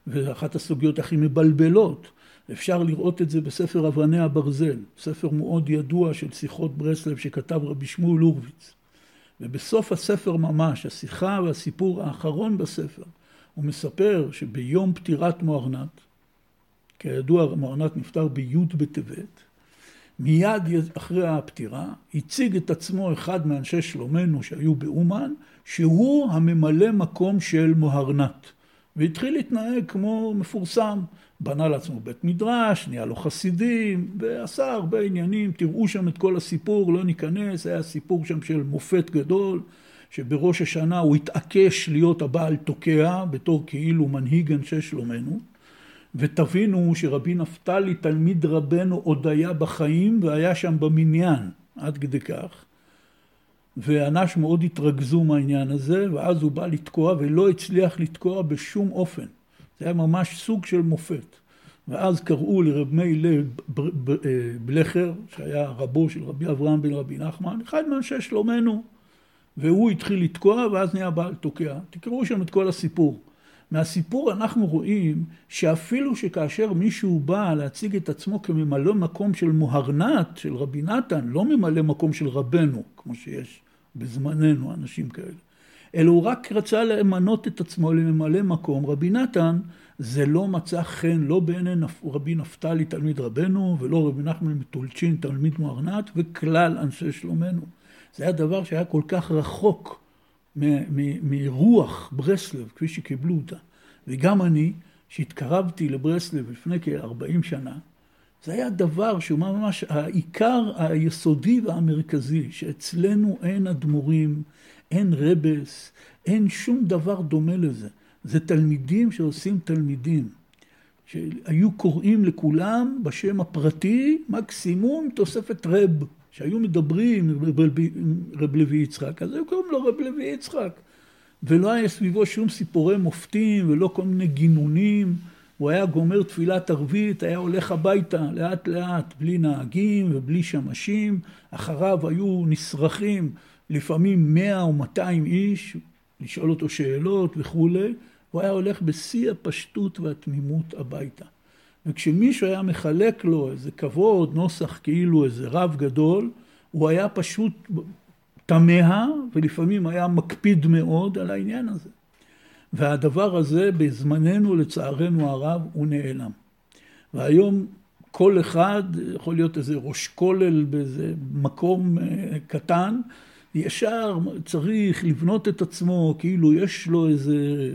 ואחת הסוגיות הכי מבלבלות. אפשר לראות את זה בספר אברני הברזל, ספר מאוד ידוע של שיחות ברסלב שכתב רבי שמואל הורוביץ. ובסוף הספר ממש, השיחה והסיפור האחרון בספר, הוא מספר שביום פטירת מוהרנת, כידוע מוהרנת נפטר בי' בטבת, מיד אחרי הפטירה הציג את עצמו אחד מאנשי שלומנו שהיו באומן, שהוא הממלא מקום של מוהרנת. והתחיל להתנהג כמו מפורסם, בנה לעצמו בית מדרש, נהיה לו חסידים, ועשה הרבה עניינים, תראו שם את כל הסיפור, לא ניכנס, היה סיפור שם של מופת גדול, שבראש השנה הוא התעקש להיות הבעל תוקע, בתור כאילו מנהיג אנשי שלומנו, ותבינו שרבי נפתלי תלמיד רבנו עוד היה בחיים, והיה שם במניין, עד כדי כך. ואנש מאוד התרגזו מהעניין הזה, ואז הוא בא לתקוע, ולא הצליח לתקוע בשום אופן. זה היה ממש סוג של מופת. ואז קראו לרב מאיר בלכר, שהיה רבו של רבי אברהם בן רבי נחמן, אחד מאנשי שלומנו, והוא התחיל לתקוע, ואז נהיה בעל תוקע. תקראו שם את כל הסיפור. מהסיפור אנחנו רואים שאפילו שכאשר מישהו בא להציג את עצמו כממלא מקום של מוהרנת, של רבי נתן, לא ממלא מקום של רבנו, כמו שיש בזמננו אנשים כאלה, אלא הוא רק רצה למנות את עצמו לממלא מקום. רבי נתן זה לא מצא חן, לא בעיני רבי נפתלי תלמיד רבנו, ולא רבי נחמן מטולצ'ין תלמיד מוהרנת, וכלל אנשי שלומנו. זה היה דבר שהיה כל כך רחוק מרוח ברסלב, כפי שקיבלו אותה. וגם אני, שהתקרבתי לברסלב לפני כ-ארבעים שנה, זה היה דבר שהוא ממש העיקר היסודי והמרכזי, שאצלנו אין אדמו"רים, אין רבס, אין שום דבר דומה לזה. זה תלמידים שעושים תלמידים, שהיו קוראים לכולם בשם הפרטי, מקסימום תוספת רב, שהיו מדברים עם רב לוי יצחק, אז היו קוראים לו רב לוי יצחק. ולא היה סביבו שום סיפורי מופתים ולא כל מיני גינונים. הוא היה גומר תפילת ערבית, היה הולך הביתה לאט לאט, בלי נהגים ובלי שמשים. אחריו היו נשרכים לפעמים מאה או מאתיים איש, לשאול אותו שאלות וכו'. הוא היה הולך בשיא הפשטות והתמימות הביתה. וכשמישהו היה מחלק לו איזה כבוד, נוסח כאילו איזה רב גדול, הוא היה פשוט תמה, ולפעמים היה מקפיד מאוד על העניין הזה. והדבר הזה בזמננו לצערנו הרב הוא נעלם. והיום כל אחד יכול להיות איזה ראש כולל באיזה מקום קטן, ישר צריך לבנות את עצמו כאילו יש לו איזה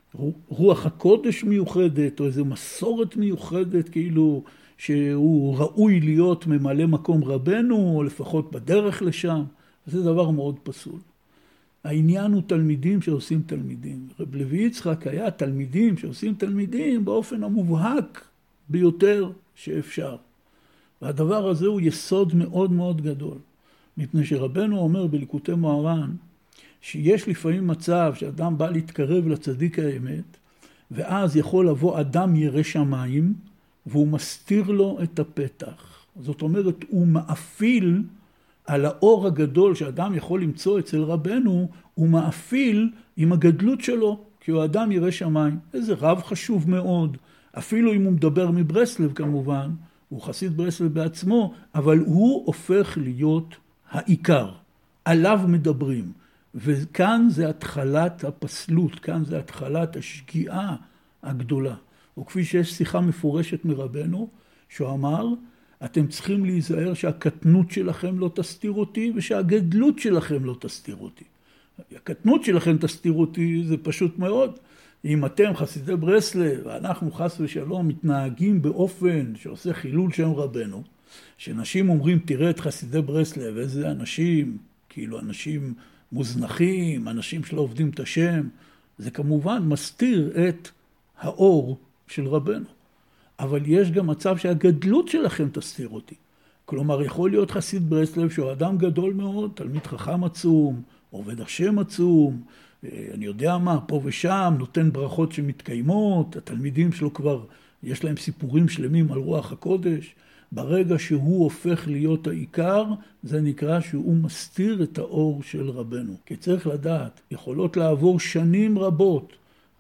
רוח הקודש מיוחדת, או איזו מסורת מיוחדת, כאילו שהוא ראוי להיות ממלא מקום רבנו, או לפחות בדרך לשם. זה דבר מאוד פסול. העניין הוא תלמידים שעושים תלמידים. רב לוי יצחק היה תלמידים שעושים תלמידים באופן המובהק ביותר שאפשר. והדבר הזה הוא יסוד מאוד מאוד גדול. מפני שרבנו אומר בליקוטי מוהר"ן, שיש לפעמים מצב שאדם בא להתקרב לצדיק האמת, ואז יכול לבוא אדם ירא שמיים, והוא מסתיר לו את הפתח. זאת אומרת, הוא מאפיל על האור הגדול שאדם יכול למצוא אצל רבנו, הוא מאפיל עם הגדלות שלו, כי הוא אדם ירא שמיים. איזה רב חשוב מאוד, אפילו אם הוא מדבר מברסלב כמובן, הוא חסיד ברסלב בעצמו, אבל הוא הופך להיות העיקר, עליו מדברים. וכאן זה התחלת הפסלות, כאן זה התחלת השגיאה הגדולה. וכפי שיש שיחה מפורשת מרבנו, שהוא אמר, אתם צריכים להיזהר שהקטנות שלכם לא תסתיר אותי, ושהגדלות שלכם לא תסתיר אותי. הקטנות שלכם תסתיר אותי זה פשוט מאוד. אם אתם חסידי ברסלב, ואנחנו חס ושלום מתנהגים באופן שעושה חילול שם רבנו, שאנשים אומרים, תראה את חסידי ברסלב, איזה אנשים, כאילו אנשים מוזנחים, אנשים שלא עובדים את השם, זה כמובן מסתיר את האור של רבנו. אבל יש גם מצב שהגדלות שלכם תסתיר אותי. כלומר, יכול להיות חסיד ברסלב שהוא אדם גדול מאוד, תלמיד חכם עצום, עובד השם עצום, אני יודע מה, פה ושם, נותן ברכות שמתקיימות, התלמידים שלו כבר, יש להם סיפורים שלמים על רוח הקודש. ברגע שהוא הופך להיות העיקר, זה נקרא שהוא מסתיר את האור של רבנו. כי צריך לדעת, יכולות לעבור שנים רבות,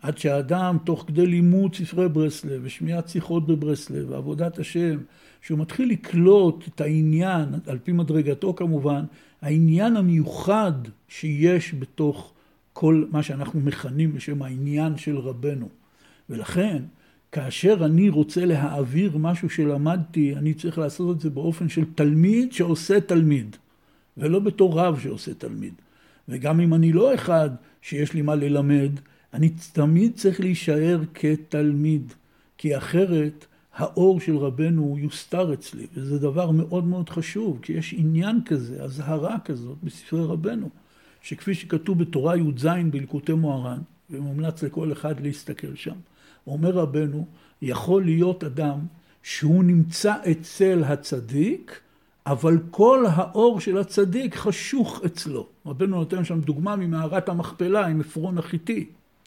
עד שהאדם תוך כדי לימוד ספרי ברסלב ושמיעת שיחות בברסלב ועבודת השם, שהוא מתחיל לקלוט את העניין, על פי מדרגתו כמובן, העניין המיוחד שיש בתוך כל מה שאנחנו מכנים בשם העניין של רבנו. ולכן, כאשר אני רוצה להעביר משהו שלמדתי, אני צריך לעשות את זה באופן של תלמיד שעושה תלמיד, ולא בתור רב שעושה תלמיד. וגם אם אני לא אחד שיש לי מה ללמד, אני תמיד צריך להישאר כתלמיד, כי אחרת האור של רבנו יוסתר אצלי, וזה דבר מאוד מאוד חשוב, כי יש עניין כזה, הזהרה כזאת בספרי רבנו, שכפי שכתוב בתורה י"ז בליקוטי מוהר"ן, ומומלץ לכל אחד להסתכל שם, אומר רבנו, יכול להיות אדם שהוא נמצא אצל הצדיק, אבל כל האור של הצדיק חשוך אצלו. רבנו נותן שם דוגמה ממערת המכפלה עם עפרון החיתי,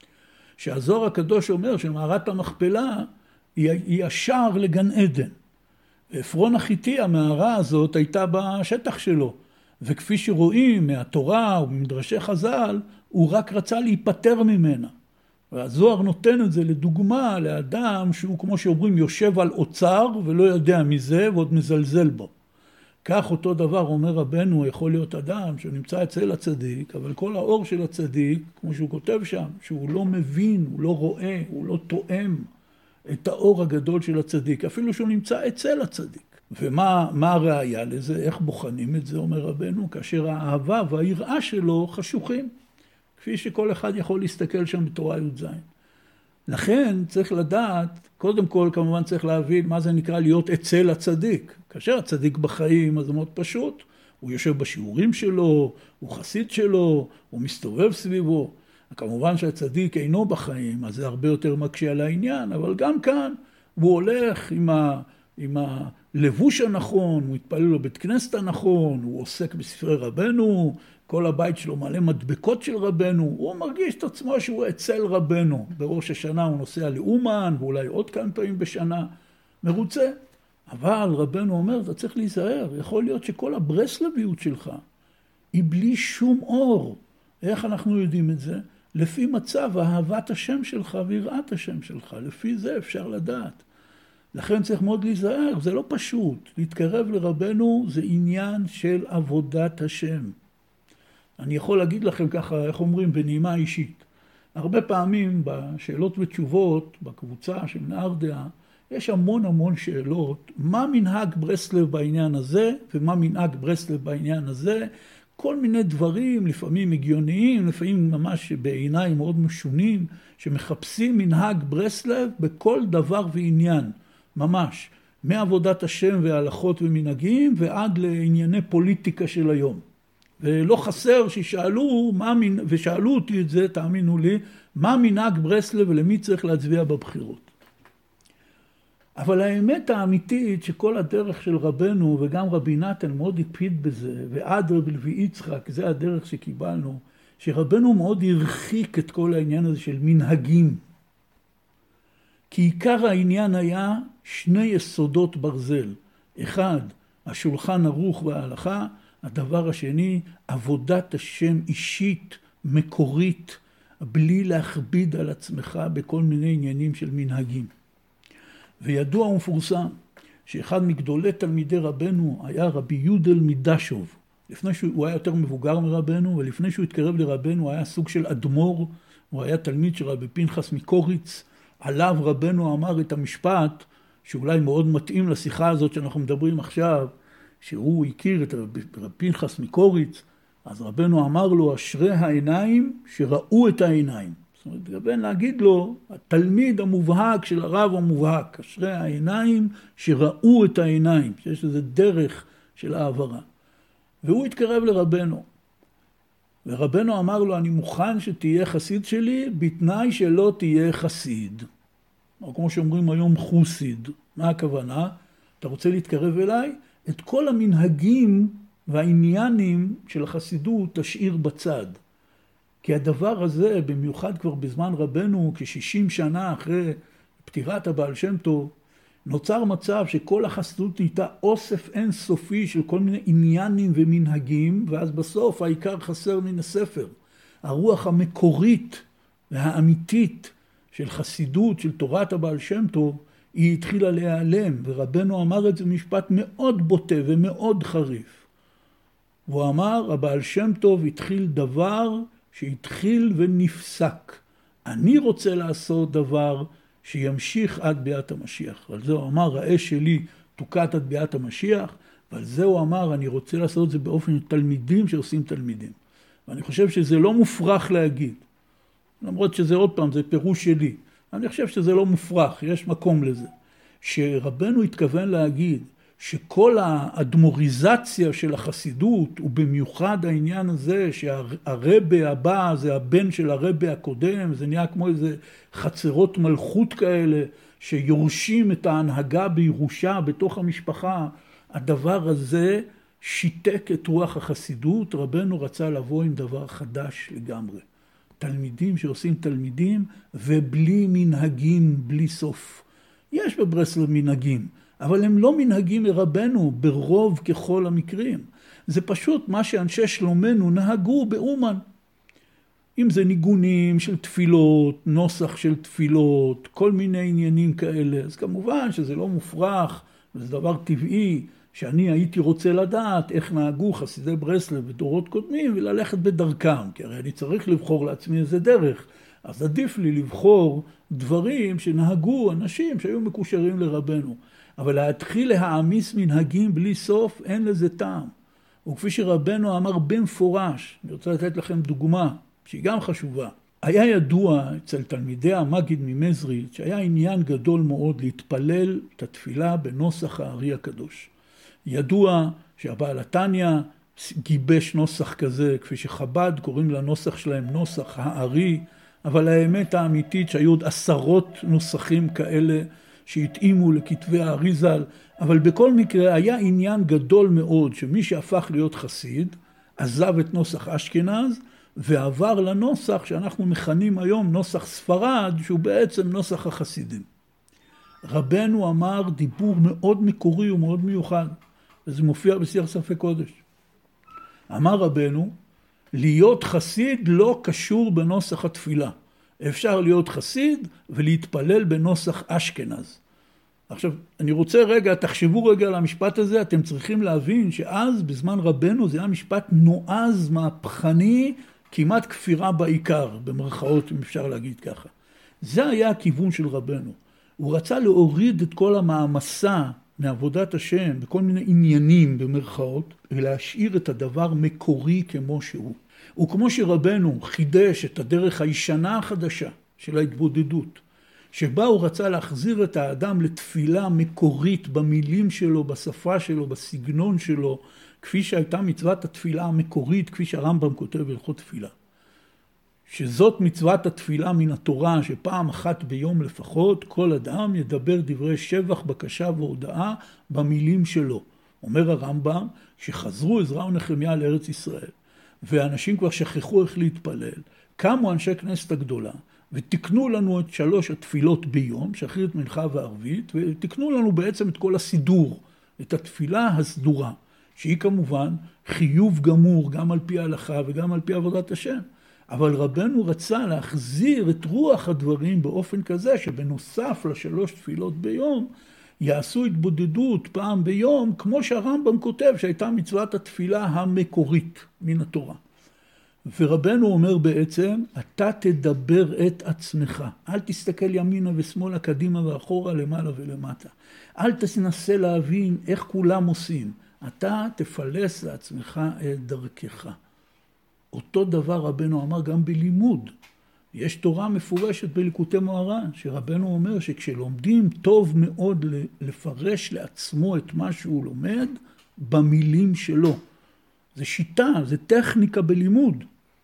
שהזוהר הקדוש אומר שמערת המכפלה היא, היא השער לגן עדן. עפרון החיתי, המערה הזאת הייתה בשטח שלו, וכפי שרואים מהתורה וממדרשי חז"ל, הוא רק רצה להיפטר ממנה. והזוהר נותן את זה לדוגמה לאדם שהוא, כמו שאומרים, יושב על אוצר ולא יודע מזה ועוד מזלזל בו. כך אותו דבר אומר רבנו, יכול להיות אדם שנמצא אצל הצדיק, אבל כל האור של הצדיק, כמו שהוא כותב שם, שהוא לא מבין, הוא לא רואה, הוא לא תואם את האור הגדול של הצדיק, אפילו שהוא נמצא אצל הצדיק. ומה מה הראיה לזה? איך בוחנים את זה, אומר רבנו? כאשר האהבה והיראה שלו חשוכים, כפי שכל אחד יכול להסתכל שם בתורה י"ז. לכן צריך לדעת, קודם כל כמובן צריך להבין מה זה נקרא להיות אצל הצדיק. כאשר הצדיק בחיים, אז זה מאוד פשוט. הוא יושב בשיעורים שלו, הוא חסיד שלו, הוא מסתובב סביבו. כמובן שהצדיק אינו בחיים, אז זה הרבה יותר מקשה על העניין, אבל גם כאן הוא הולך עם, ה, עם הלבוש הנכון, הוא מתפלל בבית כנסת הנכון, הוא עוסק בספרי רבנו, כל הבית שלו מלא מדבקות של רבנו, הוא מרגיש את עצמו שהוא אצל רבנו. בראש השנה הוא נוסע לאומן, ואולי עוד כמה פעמים בשנה, מרוצה. אבל רבנו אומר, אתה צריך להיזהר, יכול להיות שכל הברסלביות שלך היא בלי שום אור. איך אנחנו יודעים את זה? לפי מצב אהבת השם שלך ויראת השם שלך, לפי זה אפשר לדעת. לכן צריך מאוד להיזהר, זה לא פשוט. להתקרב לרבנו זה עניין של עבודת השם. אני יכול להגיד לכם ככה, איך אומרים, בנעימה אישית. הרבה פעמים בשאלות ותשובות, בקבוצה של נהר דעה, יש המון המון שאלות, מה מנהג ברסלב בעניין הזה, ומה מנהג ברסלב בעניין הזה, כל מיני דברים, לפעמים הגיוניים, לפעמים ממש בעיניים מאוד משונים, שמחפשים מנהג ברסלב בכל דבר ועניין, ממש, מעבודת השם וההלכות ומנהגים, ועד לענייני פוליטיקה של היום. ולא חסר ששאלו, מה, ושאלו אותי את זה, תאמינו לי, מה מנהג ברסלב ולמי צריך להצביע בבחירות. אבל האמת האמיתית שכל הדרך של רבנו וגם רבי נתן מאוד הקפיד בזה, ועד רבי לוי יצחק, זה הדרך שקיבלנו, שרבנו מאוד הרחיק את כל העניין הזה של מנהגים. כי עיקר העניין היה שני יסודות ברזל. אחד, השולחן ערוך וההלכה, הדבר השני, עבודת השם אישית, מקורית, בלי להכביד על עצמך בכל מיני עניינים של מנהגים. וידוע ומפורסם שאחד מגדולי תלמידי רבנו היה רבי יודל מדשוב. לפני שהוא היה יותר מבוגר מרבנו, ולפני שהוא התקרב לרבנו הוא היה סוג של אדמו"ר, הוא היה תלמיד של רבי פנחס מקוריץ, עליו רבנו אמר את המשפט, שאולי מאוד מתאים לשיחה הזאת שאנחנו מדברים עכשיו, שהוא הכיר את רבי, רבי פנחס מקוריץ, אז רבנו אמר לו, אשרי העיניים שראו את העיניים. זאת אומרת, רבנו להגיד לו, התלמיד המובהק של הרב המובהק, אשרי העיניים שראו את העיניים, שיש איזה דרך של העברה. והוא התקרב לרבנו, ורבנו אמר לו, אני מוכן שתהיה חסיד שלי, בתנאי שלא תהיה חסיד. או כמו שאומרים היום חוסיד. מה הכוונה? אתה רוצה להתקרב אליי? את כל המנהגים והעניינים של החסידות תשאיר בצד. כי הדבר הזה, במיוחד כבר בזמן רבנו, כ-שישים שנה אחרי פטירת הבעל שם טוב, נוצר מצב שכל החסידות נהייתה אוסף אינסופי של כל מיני עניינים ומנהגים, ואז בסוף העיקר חסר מן הספר. הרוח המקורית והאמיתית של חסידות, של תורת הבעל שם טוב, היא התחילה להיעלם, ורבנו אמר את זה משפט מאוד בוטה ומאוד חריף. והוא אמר, הבעל שם טוב התחיל דבר שהתחיל ונפסק. אני רוצה לעשות דבר שימשיך עד ביאת המשיח. על זה הוא אמר, האש שלי תוקעת עד ביאת המשיח, ועל זה הוא אמר, אני רוצה לעשות את זה באופן תלמידים שעושים תלמידים. ואני חושב שזה לא מופרך להגיד. למרות שזה עוד פעם, זה פירוש שלי. אני חושב שזה לא מופרך, יש מקום לזה. שרבנו התכוון להגיד שכל האדמוריזציה של החסידות, ובמיוחד העניין הזה שהרבה הבא זה הבן של הרבה הקודם, זה נהיה כמו איזה חצרות מלכות כאלה, שיורשים את ההנהגה בירושה בתוך המשפחה, הדבר הזה שיתק את רוח החסידות. רבנו רצה לבוא עם דבר חדש לגמרי. תלמידים שעושים תלמידים ובלי מנהגים, בלי סוף. יש בברסלב מנהגים, אבל הם לא מנהגים מרבנו ברוב ככל המקרים. זה פשוט מה שאנשי שלומנו נהגו באומן. אם זה ניגונים של תפילות, נוסח של תפילות, כל מיני עניינים כאלה, אז כמובן שזה לא מופרך, וזה דבר טבעי, שאני הייתי רוצה לדעת איך נהגו חסידי ברסלב בדורות קודמים וללכת בדרכם, כי הרי אני צריך לבחור לעצמי איזה דרך, אז עדיף לי לבחור דברים שנהגו אנשים שהיו מקושרים לרבנו. אבל להתחיל להעמיס מנהגים בלי סוף, אין לזה טעם. וכפי שרבנו אמר במפורש, אני רוצה לתת לכם דוגמה, שהיא גם חשובה. היה ידוע אצל תלמידי המגיד ממזריץ' שהיה עניין גדול מאוד להתפלל את התפילה בנוסח הארי הקדוש. ידוע שהבעל התניא גיבש נוסח כזה, כפי שחב"ד קוראים לנוסח שלהם נוסח הארי, אבל האמת האמיתית שהיו עוד עשרות נוסחים כאלה שהתאימו לכתבי הארי ז"ל, אבל בכל מקרה היה עניין גדול מאוד שמי שהפך להיות חסיד עזב את נוסח אשכנז ועבר לנוסח שאנחנו מכנים היום נוסח ספרד, שהוא בעצם נוסח החסידים. רבנו אמר דיבור מאוד מקורי ומאוד מיוחד, וזה מופיע בשיח ספרי קודש. אמר רבנו, להיות חסיד לא קשור בנוסח התפילה. אפשר להיות חסיד ולהתפלל בנוסח אשכנז. עכשיו, אני רוצה רגע, תחשבו רגע על המשפט הזה, אתם צריכים להבין שאז בזמן רבנו זה היה משפט נועז, מהפכני, כמעט כפירה בעיקר, במרכאות אם אפשר להגיד ככה. זה היה הכיוון של רבנו. הוא רצה להוריד את כל המעמסה מעבודת השם בכל מיני עניינים במרכאות, ולהשאיר את הדבר מקורי כמו שהוא. וכמו שרבנו חידש את הדרך הישנה החדשה של ההתבודדות, שבה הוא רצה להחזיר את האדם לתפילה מקורית במילים שלו, בשפה שלו, בסגנון שלו, כפי שהייתה מצוות התפילה המקורית, כפי שהרמב"ם כותב בהלכות תפילה. שזאת מצוות התפילה מן התורה, שפעם אחת ביום לפחות כל אדם ידבר דברי שבח, בקשה והודאה במילים שלו. אומר הרמב"ם שחזרו עזרא ונחמיה לארץ ישראל, ואנשים כבר שכחו איך להתפלל, קמו אנשי כנסת הגדולה, ותקנו לנו את שלוש התפילות ביום, שחרית מנחה וערבית, ותקנו לנו בעצם את כל הסידור, את התפילה הסדורה, שהיא כמובן חיוב גמור גם על פי ההלכה וגם על פי עבודת השם. אבל רבנו רצה להחזיר את רוח הדברים באופן כזה שבנוסף לשלוש תפילות ביום, יעשו התבודדות פעם ביום, כמו שהרמב"ם כותב שהייתה מצוות התפילה המקורית מן התורה. ורבנו אומר בעצם, אתה תדבר את עצמך. אל תסתכל ימינה ושמאלה, קדימה ואחורה, למעלה ולמטה. אל תנסה להבין איך כולם עושים. אתה תפלס לעצמך את דרכך. אותו דבר רבנו אמר גם בלימוד. יש תורה מפורשת בליקוטי מוהר"ן, שרבנו אומר שכשלומדים טוב מאוד לפרש לעצמו את מה שהוא לומד, במילים שלו. זה שיטה, זה טכניקה בלימוד,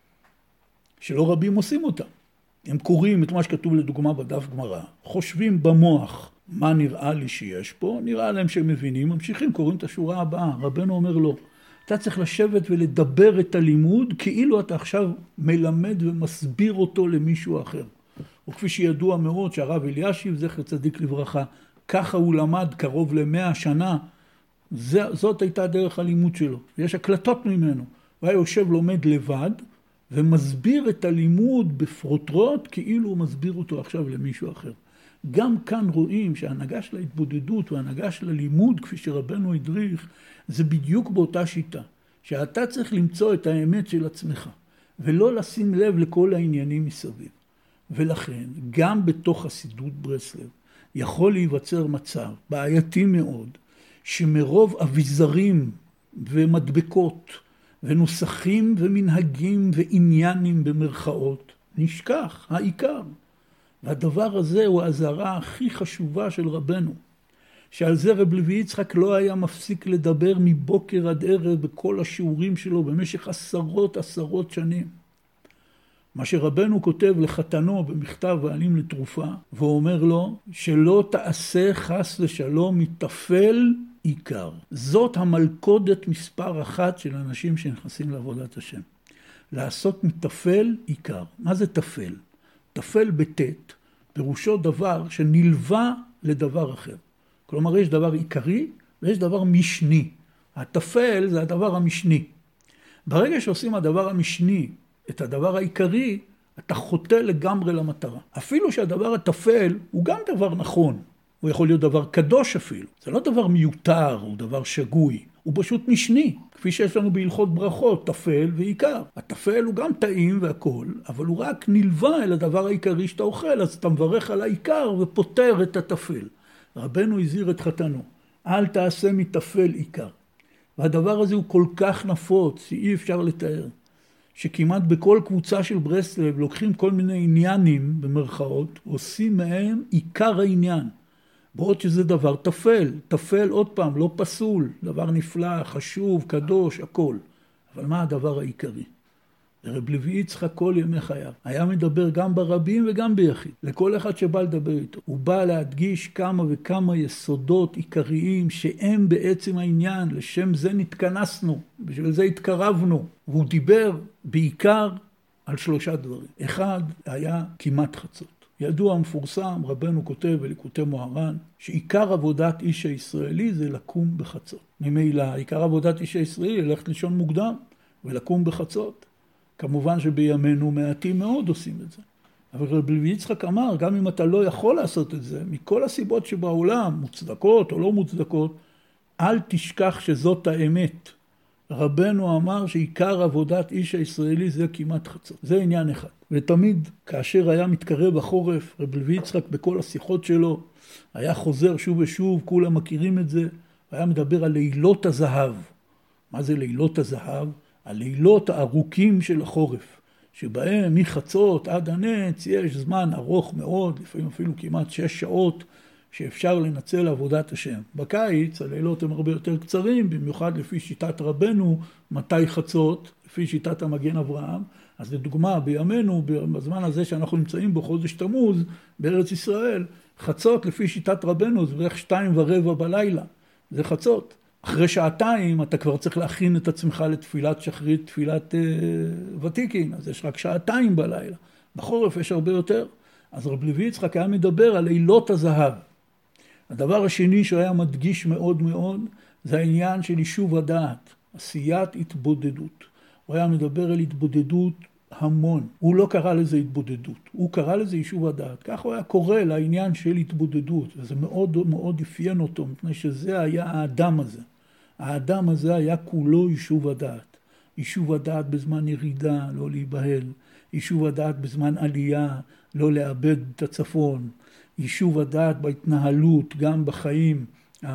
שלא רבים עושים אותה. הם קוראים את מה שכתוב לדוגמה בדף גמרא, חושבים במוח מה נראה לי שיש פה, נראה להם שהם מבינים, ממשיכים, קוראים את השורה הבאה. רבנו אומר לא, אתה צריך לשבת ולדבר את הלימוד כאילו אתה עכשיו מלמד ומסביר אותו למישהו אחר. וכפי שידוע מאוד שהרב אלישיב, זכר צדיק לברכה, ככה הוא למד קרוב למאה שנה, זאת הייתה דרך הלימוד שלו. יש הקלטות ממנו. הוא היה יושב לומד לבד, ומסביר את הלימוד בפרוטרוט כאילו הוא מסביר אותו עכשיו למישהו אחר. גם כאן רואים שההנהגה של ההתבודדות וההנהגה של הלימוד, כפי שרבנו הדריך, זה בדיוק באותה שיטה. שאתה צריך למצוא את האמת של עצמך, ולא לשים לב לכל העניינים מסביב. ולכן, גם בתוך חסידות ברסלב, יכול להיווצר מצב בעייתי מאוד, שמרוב אביזרים ומדבקות, ונוסחים ומנהגים ועניינים במרכאות, נשכח העיקר. והדבר הזה הוא ההזהרה הכי חשובה של רבנו, שעל זה רב לוי יצחק לא היה מפסיק לדבר מבוקר עד ערב בכל השיעורים שלו במשך עשרות עשרות שנים. מה שרבנו כותב לחתנו במכתב בעלים לתרופה, ואומר לו שלא תעשה חס ושלום מתפל עיקר. זאת המלכודת מספר אחת של אנשים שנכנסים לעבודת השם. לעשות מתפל עיקר. מה זה תפל? תפל בתת, פירושו דבר שנלווה לדבר אחר. כלומר, יש דבר עיקרי ויש דבר משני. התפל זה הדבר המשני. ברגע שעושים הדבר המשני, את הדבר העיקרי, אתה חוטא לגמרי למטרה. אפילו שהדבר התפל הוא גם דבר נכון. הוא יכול להיות דבר קדוש אפילו. זה לא דבר מיותר, הוא דבר שגוי. הוא פשוט משני. כפי שיש לנו בהלכות ברכות, תפל ועיקר. התפל הוא גם טעים והכל, אבל הוא רק נלווה אל הדבר העיקרי שאתה אוכל, אז אתה מברך על העיקר ופותר את התפל. רבנו הזהיר את חתנו, אל תעשה מתפל עיקר. והדבר הזה הוא כל כך נפוץ, שאי אפשר לתאר. שכמעט בכל קבוצה של ברסלב לוקחים כל מיני עניינים במרכאות, עושים מהם עיקר העניין. בעוד שזה דבר תפל, תפל עוד פעם, לא פסול, דבר נפלא, חשוב, קדוש, הכל. אבל מה הדבר העיקרי? רב לוי יצחק כל ימי חייו היה מדבר גם ברבים וגם ביחיד, לכל אחד שבא לדבר איתו. הוא בא להדגיש כמה וכמה יסודות עיקריים שהם בעצם העניין, לשם זה נתכנסנו, בשביל זה התקרבנו. והוא דיבר בעיקר על שלושה דברים. אחד היה כמעט חצות. ידוע המפורסם, רבנו כותב בליקוטי מוהר"ן, שעיקר עבודת איש הישראלי זה לקום בחצות. ממילא, עיקר עבודת איש הישראלי ללכת לישון מוקדם ולקום בחצות. כמובן שבימינו מעטים מאוד עושים את זה. אבל רב לוי יצחק אמר, גם אם אתה לא יכול לעשות את זה, מכל הסיבות שבעולם, מוצדקות או לא מוצדקות, אל תשכח שזאת האמת. רבנו אמר שעיקר עבודת איש הישראלי זה כמעט חצות. זה עניין אחד. ותמיד כאשר היה מתקרב החורף, רב לוי יצחק בכל השיחות שלו, היה חוזר שוב ושוב, כולם מכירים את זה, היה מדבר על לילות הזהב. מה זה לילות הזהב? הלילות הארוכים של החורף, שבהם מחצות עד הנץ יש זמן ארוך מאוד, לפעמים אפילו כמעט שש שעות, שאפשר לנצל עבודת השם. בקיץ הלילות הם הרבה יותר קצרים, במיוחד לפי שיטת רבנו, מתי חצות, לפי שיטת המגן אברהם. אז לדוגמה, בימינו, בזמן הזה שאנחנו נמצאים בחודש תמוז, בארץ ישראל, חצות לפי שיטת רבנו, זה בערך שתיים ורבע בלילה, זה חצות. אחרי שעתיים אתה כבר צריך להכין את עצמך לתפילת שחרית, תפילת אה, ותיקין, אז יש רק שעתיים בלילה. בחורף יש הרבה יותר. אז רב לוי יצחק היה מדבר על לילות הזהב. הדבר השני שהוא היה מדגיש מאוד מאוד, זה העניין של יישוב הדעת, עשיית התבודדות. הוא היה מדבר על התבודדות המון. הוא לא קרא לזה התבודדות, הוא קרא לזה יישוב הדעת. כך הוא היה קורא לעניין של התבודדות, וזה מאוד מאוד אפיין אותו, מפני שזה היה האדם הזה. האדם הזה היה כולו יישוב הדעת. יישוב הדעת בזמן ירידה, לא להיבהל. יישוב הדעת בזמן עלייה, לא לאבד את הצפון. יישוב הדעת בהתנהלות, גם בחיים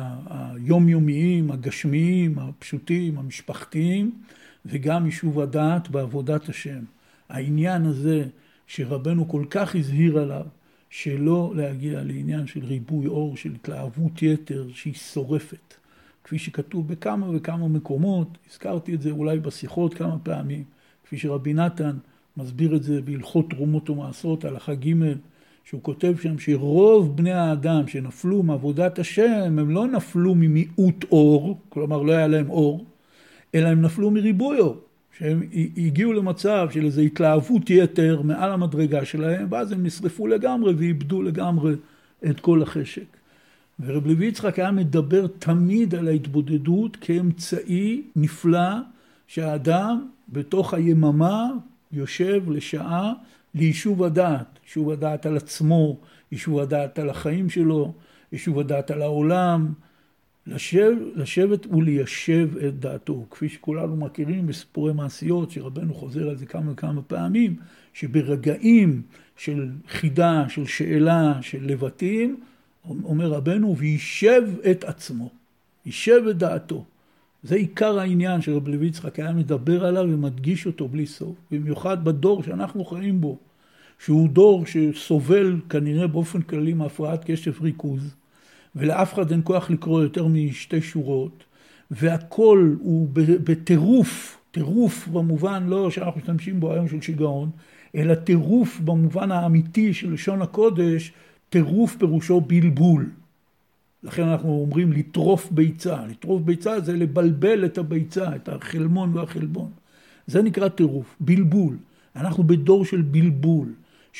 היומיומיים, הגשמיים, הפשוטים, המשפחתיים, וגם יישוב הדעת בעבודת השם. העניין הזה שרבנו כל כך הזהיר עליו, שלא להגיע לעניין של ריבוי אור, של התלהבות יתר שהיא שורפת. כפי שכתוב בכמה וכמה מקומות, הזכרתי את זה אולי בשיחות כמה פעמים, כפי שרבי נתן מסביר את זה בהלכות תרומות ומעשרות, הלכה ג', שהוא כותב שם שרוב בני האדם שנפלו מעבודת השם, הם לא נפלו ממיעוט אור, כלומר לא היה להם אור, אלא הם נפלו מריבוי אור, שהם הגיעו למצב של איזו התלהבות יתר מעל המדרגה שלהם, ואז הם נשרפו לגמרי ואיבדו לגמרי את כל החשק. ורב לוי יצחק היה מדבר תמיד על ההתבודדות כאמצעי נפלא שהאדם בתוך היממה יושב לשעה ליישוב הדעת, יישוב הדעת על עצמו, יישוב הדעת על החיים שלו, יישוב הדעת על העולם, לשב, לשבת וליישב את דעתו, כפי שכולנו מכירים בסיפורי מעשיות, שרבנו חוזר על זה כמה וכמה פעמים, שברגעים של חידה, של שאלה, של לבטים, אומר רבנו, וישב את עצמו, יישב את דעתו. זה עיקר העניין שרב לוי יצחק היה מדבר עליו ומדגיש אותו בלי סוף, במיוחד בדור שאנחנו חיים בו, שהוא דור שסובל כנראה באופן כללי מהפרעת קשב ריכוז, ולאף אחד אין כוח לקרוא יותר משתי שורות, והכל הוא בטירוף, טירוף במובן לא שאנחנו משתמשים בו היום של שיגעון, אלא טירוף במובן האמיתי של לשון הקודש, טירוף פירושו בלבול. לכן אנחנו אומרים לטרוף ביצה. לטרוף ביצה זה לבלבל את הביצה, את החלמון והחלבון. זה נקרא טירוף, בלבול. אנחנו בדור של בלבול,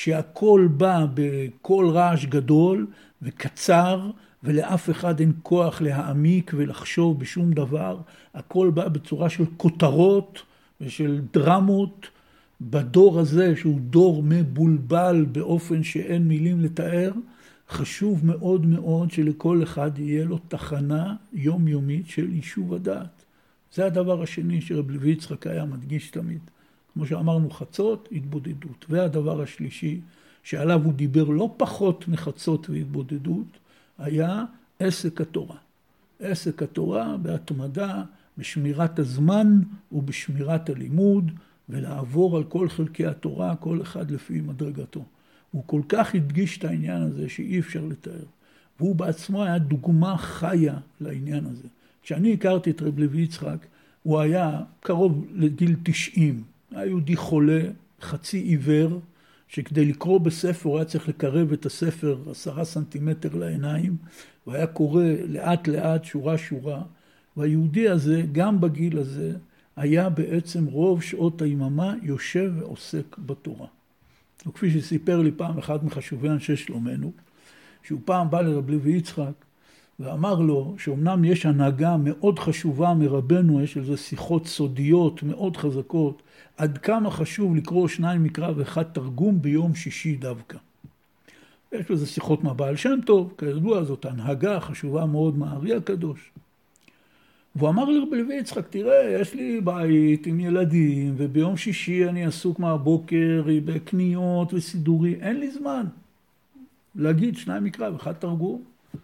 שהכל בא בכל רעש גדול וקצר, ולאף אחד אין כוח להעמיק ולחשוב בשום דבר. הכל בא בצורה של כותרות ושל דרמות. בדור הזה, שהוא דור מבולבל באופן שאין מילים לתאר, חשוב מאוד מאוד שלכל אחד יהיה לו תחנה יומיומית של יישוב הדעת. זה הדבר השני שרב לוי יצחק היה מדגיש תמיד. כמו שאמרנו, חצות, התבודדות. והדבר השלישי שעליו הוא דיבר לא פחות מחצות והתבודדות, היה עסק התורה. עסק התורה בהתמדה, בשמירת הזמן ובשמירת הלימוד, ולעבור על כל חלקי התורה, כל אחד לפי מדרגתו. הוא כל כך הדגיש את העניין הזה שאי אפשר לתאר. והוא בעצמו היה דוגמה חיה לעניין הזה. כשאני הכרתי את רב לוי יצחק, הוא היה קרוב לגיל תשעים. היה יהודי חולה, חצי עיוור, שכדי לקרוא בספר הוא היה צריך לקרב את הספר עשרה סנטימטר לעיניים, הוא היה קורא לאט לאט, שורה שורה, והיהודי הזה, גם בגיל הזה, היה בעצם רוב שעות היממה יושב ועוסק בתורה. וכפי שסיפר לי פעם אחד מחשובי אנשי שלומנו, שהוא פעם בא לרב לוי יצחק ואמר לו שאומנם יש הנהגה מאוד חשובה מרבנו, יש על זה שיחות סודיות מאוד חזקות, עד כמה חשוב לקרוא שניים מקרא ואחד תרגום ביום שישי דווקא. יש לזה שיחות מהבעל שם טוב, כידוע זאת הנהגה חשובה מאוד מהארי הקדוש. והוא אמר לרב לוי יצחק, תראה, יש לי בית עם ילדים, וביום שישי אני עסוק מהבוקר בקניות וסידורי, אין לי זמן להגיד שניים מקרא ואחד תרגום.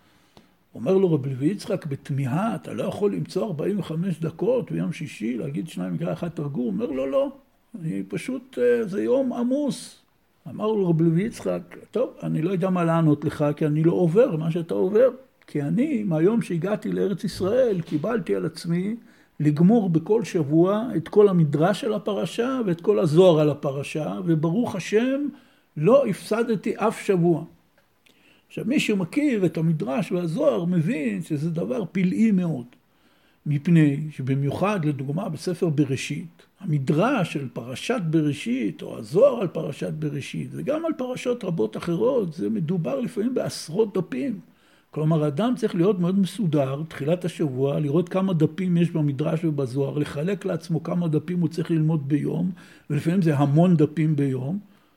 אומר לו רב לוי יצחק בתמיהה, אתה לא יכול למצוא ארבעים וחמש דקות ביום שישי להגיד שניים מקרא ואחד תרגום? אומר לו לא, אני פשוט, זה יום עמוס. אמר לו רב לוי יצחק, טוב, אני לא יודע מה לענות לך, כי אני לא עובר מה שאתה עובר. כי אני, מהיום שהגעתי לארץ ישראל, קיבלתי על עצמי לגמור בכל שבוע את כל המדרש של הפרשה ואת כל הזוהר על הפרשה, וברוך השם לא הפסדתי אף שבוע. עכשיו, מי שמכיר את המדרש והזוהר מבין שזה דבר פלאי מאוד. מפני שבמיוחד, לדוגמה, בספר בראשית, המדרש של פרשת בראשית, או הזוהר על פרשת בראשית, וגם על פרשות רבות אחרות, זה מדובר לפעמים בעשרות דפים. כלומר, האדם צריך להיות מאוד מסודר, תחילת השבוע, לראות כמה דפים יש במדרש ובזוהר, לחלק לעצמו כמה דפים הוא צריך ללמוד ביום, ולפעמים זה המון דפים ביום,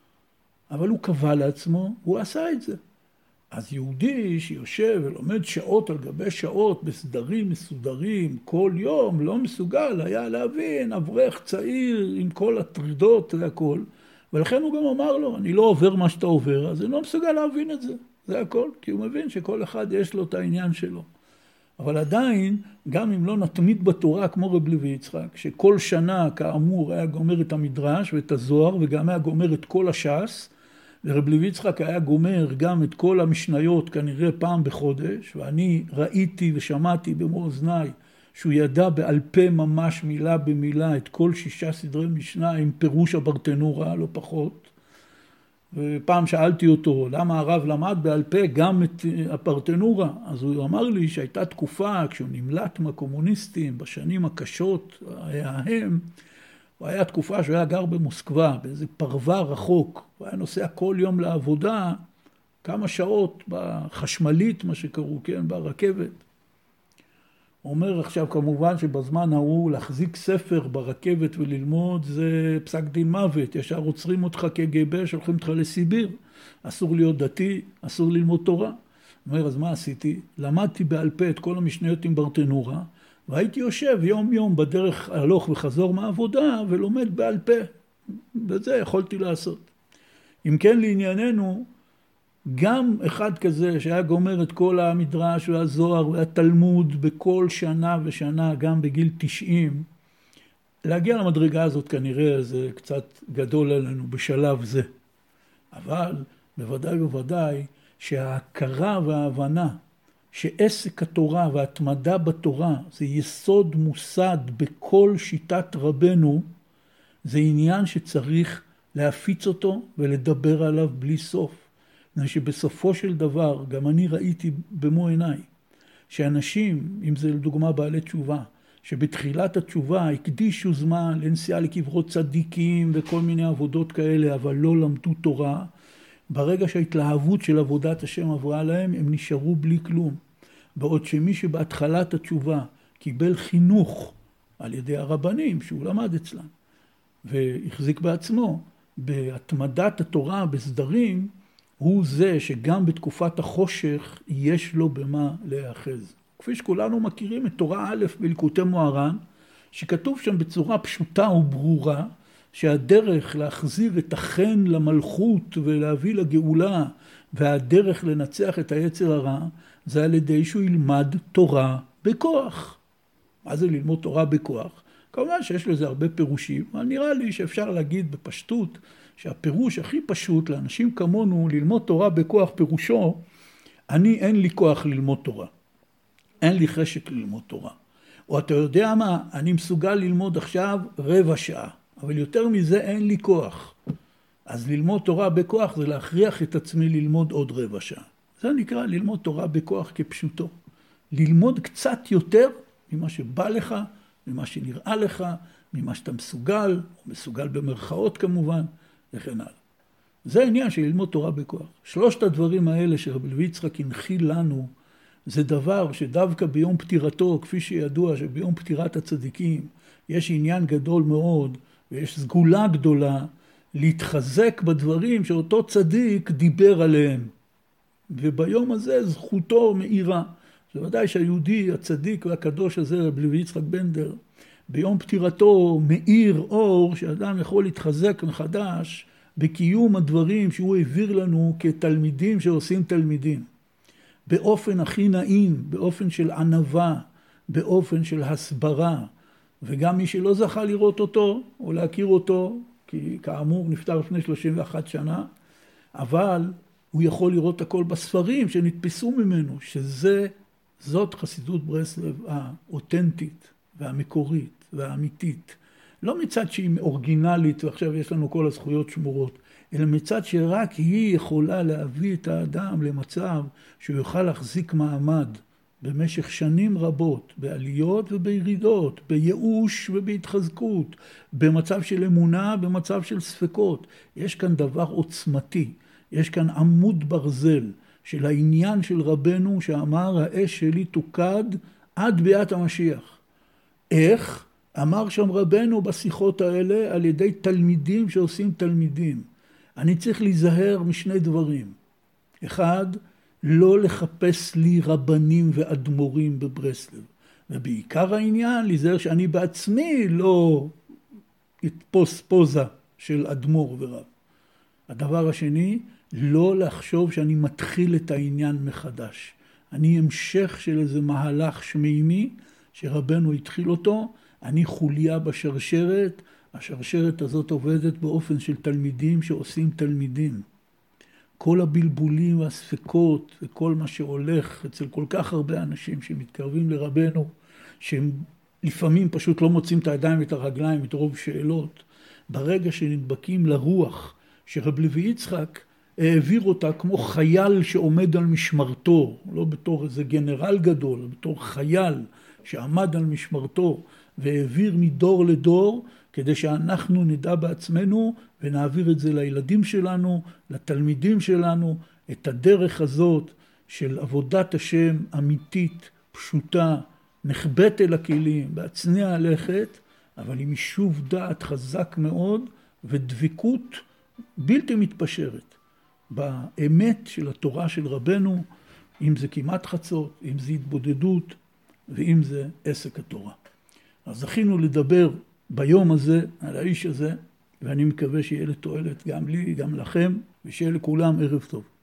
אבל הוא קבע לעצמו, הוא עשה את זה. אז יהודי שיושב ולומד שעות על גבי שעות בסדרים מסודרים כל יום, לא מסוגל היה להבין, אברך צעיר עם כל הטרידות והכל, ולכן הוא גם אמר לו, אני לא עובר מה שאתה עובר, אז אני לא מסוגל להבין את זה. זה הכל, כי הוא מבין שכל אחד יש לו את העניין שלו. אבל עדיין, גם אם לא נתמיד בתורה כמו רב לוי יצחק, שכל שנה כאמור היה גומר את המדרש ואת הזוהר, וגם היה גומר את כל הש"ס, ורב לוי יצחק היה גומר גם את כל המשניות כנראה פעם בחודש, ואני ראיתי ושמעתי במו אוזניי שהוא ידע בעל פה ממש מילה במילה את כל שישה סדרי משנה עם פירוש הברטנורה, לא פחות. ופעם שאלתי אותו, למה הרב למד בעל פה גם את הפרטנורה? אז הוא אמר לי שהייתה תקופה, כשהוא נמלט מהקומוניסטים, בשנים הקשות ההם, הוא היה תקופה שהוא היה גר במוסקבה, באיזה פרווה רחוק, הוא היה נוסע כל יום לעבודה, כמה שעות בחשמלית, מה שקראו, כן, ברכבת. אומר עכשיו כמובן שבזמן ההוא להחזיק ספר ברכבת וללמוד זה פסק דין מוות, ישר עוצרים אותך כגב, שולחים אותך לסיביר, אסור להיות דתי, אסור ללמוד תורה. אומר, אז מה עשיתי? למדתי בעל פה את כל המשניות עם ברטנורה, והייתי יושב יום יום בדרך הלוך וחזור מהעבודה ולומד בעל פה, וזה יכולתי לעשות. אם כן לענייננו, גם אחד כזה שהיה גומר את כל המדרש והזוהר והתלמוד בכל שנה ושנה, גם בגיל תשעים, להגיע למדרגה הזאת כנראה זה קצת גדול עלינו בשלב זה. אבל בוודאי ובוודאי שההכרה וההבנה שעסק התורה וההתמדה בתורה זה יסוד מוסד בכל שיטת רבנו, זה עניין שצריך להפיץ אותו ולדבר עליו בלי סוף. שבסופו של דבר, גם אני ראיתי במו עיניי, שאנשים, אם זה לדוגמה בעלי תשובה, שבתחילת התשובה הקדישו זמן לנסיעה לקברות צדיקים וכל מיני עבודות כאלה, אבל לא למדו תורה, ברגע שההתלהבות של עבודת השם עברה להם, הם נשארו בלי כלום. בעוד שמי שבהתחלת התשובה קיבל חינוך על ידי הרבנים שהוא למד אצלם, והחזיק בעצמו בהתמדת התורה בסדרים, הוא זה שגם בתקופת החושך יש לו במה להיאחז. כפי שכולנו מכירים את תורה א' בליקוטי מוהר"ן, שכתוב שם בצורה פשוטה וברורה, שהדרך להחזיר את החן למלכות ולהביא לגאולה, והדרך לנצח את היצר הרע, זה על ידי שהוא ילמד תורה בכוח. מה זה ללמוד תורה בכוח? כמובן שיש לזה הרבה פירושים, אבל נראה לי שאפשר להגיד בפשטות, שהפירוש הכי פשוט לאנשים כמונו ללמוד תורה בכוח פירושו, אני אין לי כוח ללמוד תורה. אין לי חשק ללמוד תורה. או אתה יודע מה, אני מסוגל ללמוד עכשיו רבע שעה, אבל יותר מזה אין לי כוח. אז ללמוד תורה בכוח זה להכריח את עצמי ללמוד עוד רבע שעה. זה נקרא ללמוד תורה בכוח כפשוטו. ללמוד קצת יותר ממה שבא לך, ממה שנראה לך, ממה שאתה מסוגל, או מסוגל במרכאות כמובן, וכן הלאה. זה העניין של ללמוד תורה בכוח. שלושת הדברים האלה שרבי לוי יצחק הנחיל לנו, זה דבר שדווקא ביום פטירתו, כפי שידוע שביום פטירת הצדיקים, יש עניין גדול מאוד, ויש סגולה גדולה, להתחזק בדברים שאותו צדיק דיבר עליהם. וביום הזה זכותו מאירה. זה ודאי שהיהודי, הצדיק והקדוש הזה, רבי לוי יצחק בנדר, ביום פטירתו מאיר אור שאדם יכול להתחזק מחדש בקיום הדברים שהוא העביר לנו כתלמידים שעושים תלמידים. באופן הכי נעים, באופן של ענווה, באופן של הסברה. וגם מי שלא זכה לראות אותו או להכיר אותו, כי כאמור נפטר לפני שלושים ואחת שנה, אבל הוא יכול לראות הכל בספרים שנתפסו ממנו, שזה, זאת חסידות ברסלב האותנטית והמקורית והאמיתית. לא מצד שהיא אורגינלית ועכשיו יש לנו כל הזכויות שמורות, אלא מצד שרק היא יכולה להביא את האדם למצב שהוא יוכל להחזיק מעמד במשך שנים רבות, בעליות ובירידות, בייאוש ובהתחזקות, במצב של אמונה, במצב של ספקות. יש כאן דבר עוצמתי, יש כאן עמוד ברזל של העניין של רבנו שאמר האש שלי תוקד עד ביאת המשיח. איך? אמר שם רבנו בשיחות האלה על ידי תלמידים שעושים תלמידים. אני צריך להיזהר משני דברים. אחד, לא לחפש לי רבנים ואדמו"רים בברסלב. ובעיקר העניין, להיזהר שאני בעצמי לא אתפוס פוזה של אדמו"ר ורב. הדבר השני, לא לחשוב שאני מתחיל את העניין מחדש. אני המשך של איזה מהלך שמימי שרבנו התחיל אותו, אני חוליה בשרשרת, השרשרת הזאת עובדת באופן של תלמידים שעושים תלמידים. כל הבלבולים והספקות וכל מה שהולך אצל כל כך הרבה אנשים שמתקרבים לרבנו, שהם לפעמים פשוט לא מוצאים את הידיים ואת הרגליים את רוב שאלות, ברגע שנדבקים לרוח שרבי לוי יצחק העביר אותה כמו חייל שעומד על משמרתו, לא בתור איזה גנרל גדול, אלא בתור חייל שעמד על משמרתו והעביר מדור לדור, כדי שאנחנו נדע בעצמנו ונעביר את זה לילדים שלנו, לתלמידים שלנו, את הדרך הזאת של עבודת השם אמיתית, פשוטה, נחבט אל הכלים, בהצניע הלכת, אבל עם יישוב דעת חזק מאוד ודבקות בלתי מתפשרת באמת של התורה של רבנו, אם זה כמעט חצות, אם זה התבודדות ואם זה עסק התורה. אז זכינו לדבר ביום הזה על האיש הזה, ואני מקווה שיהיה לתועלת גם לי, גם לכם, ושיהיה לכולם ערב טוב.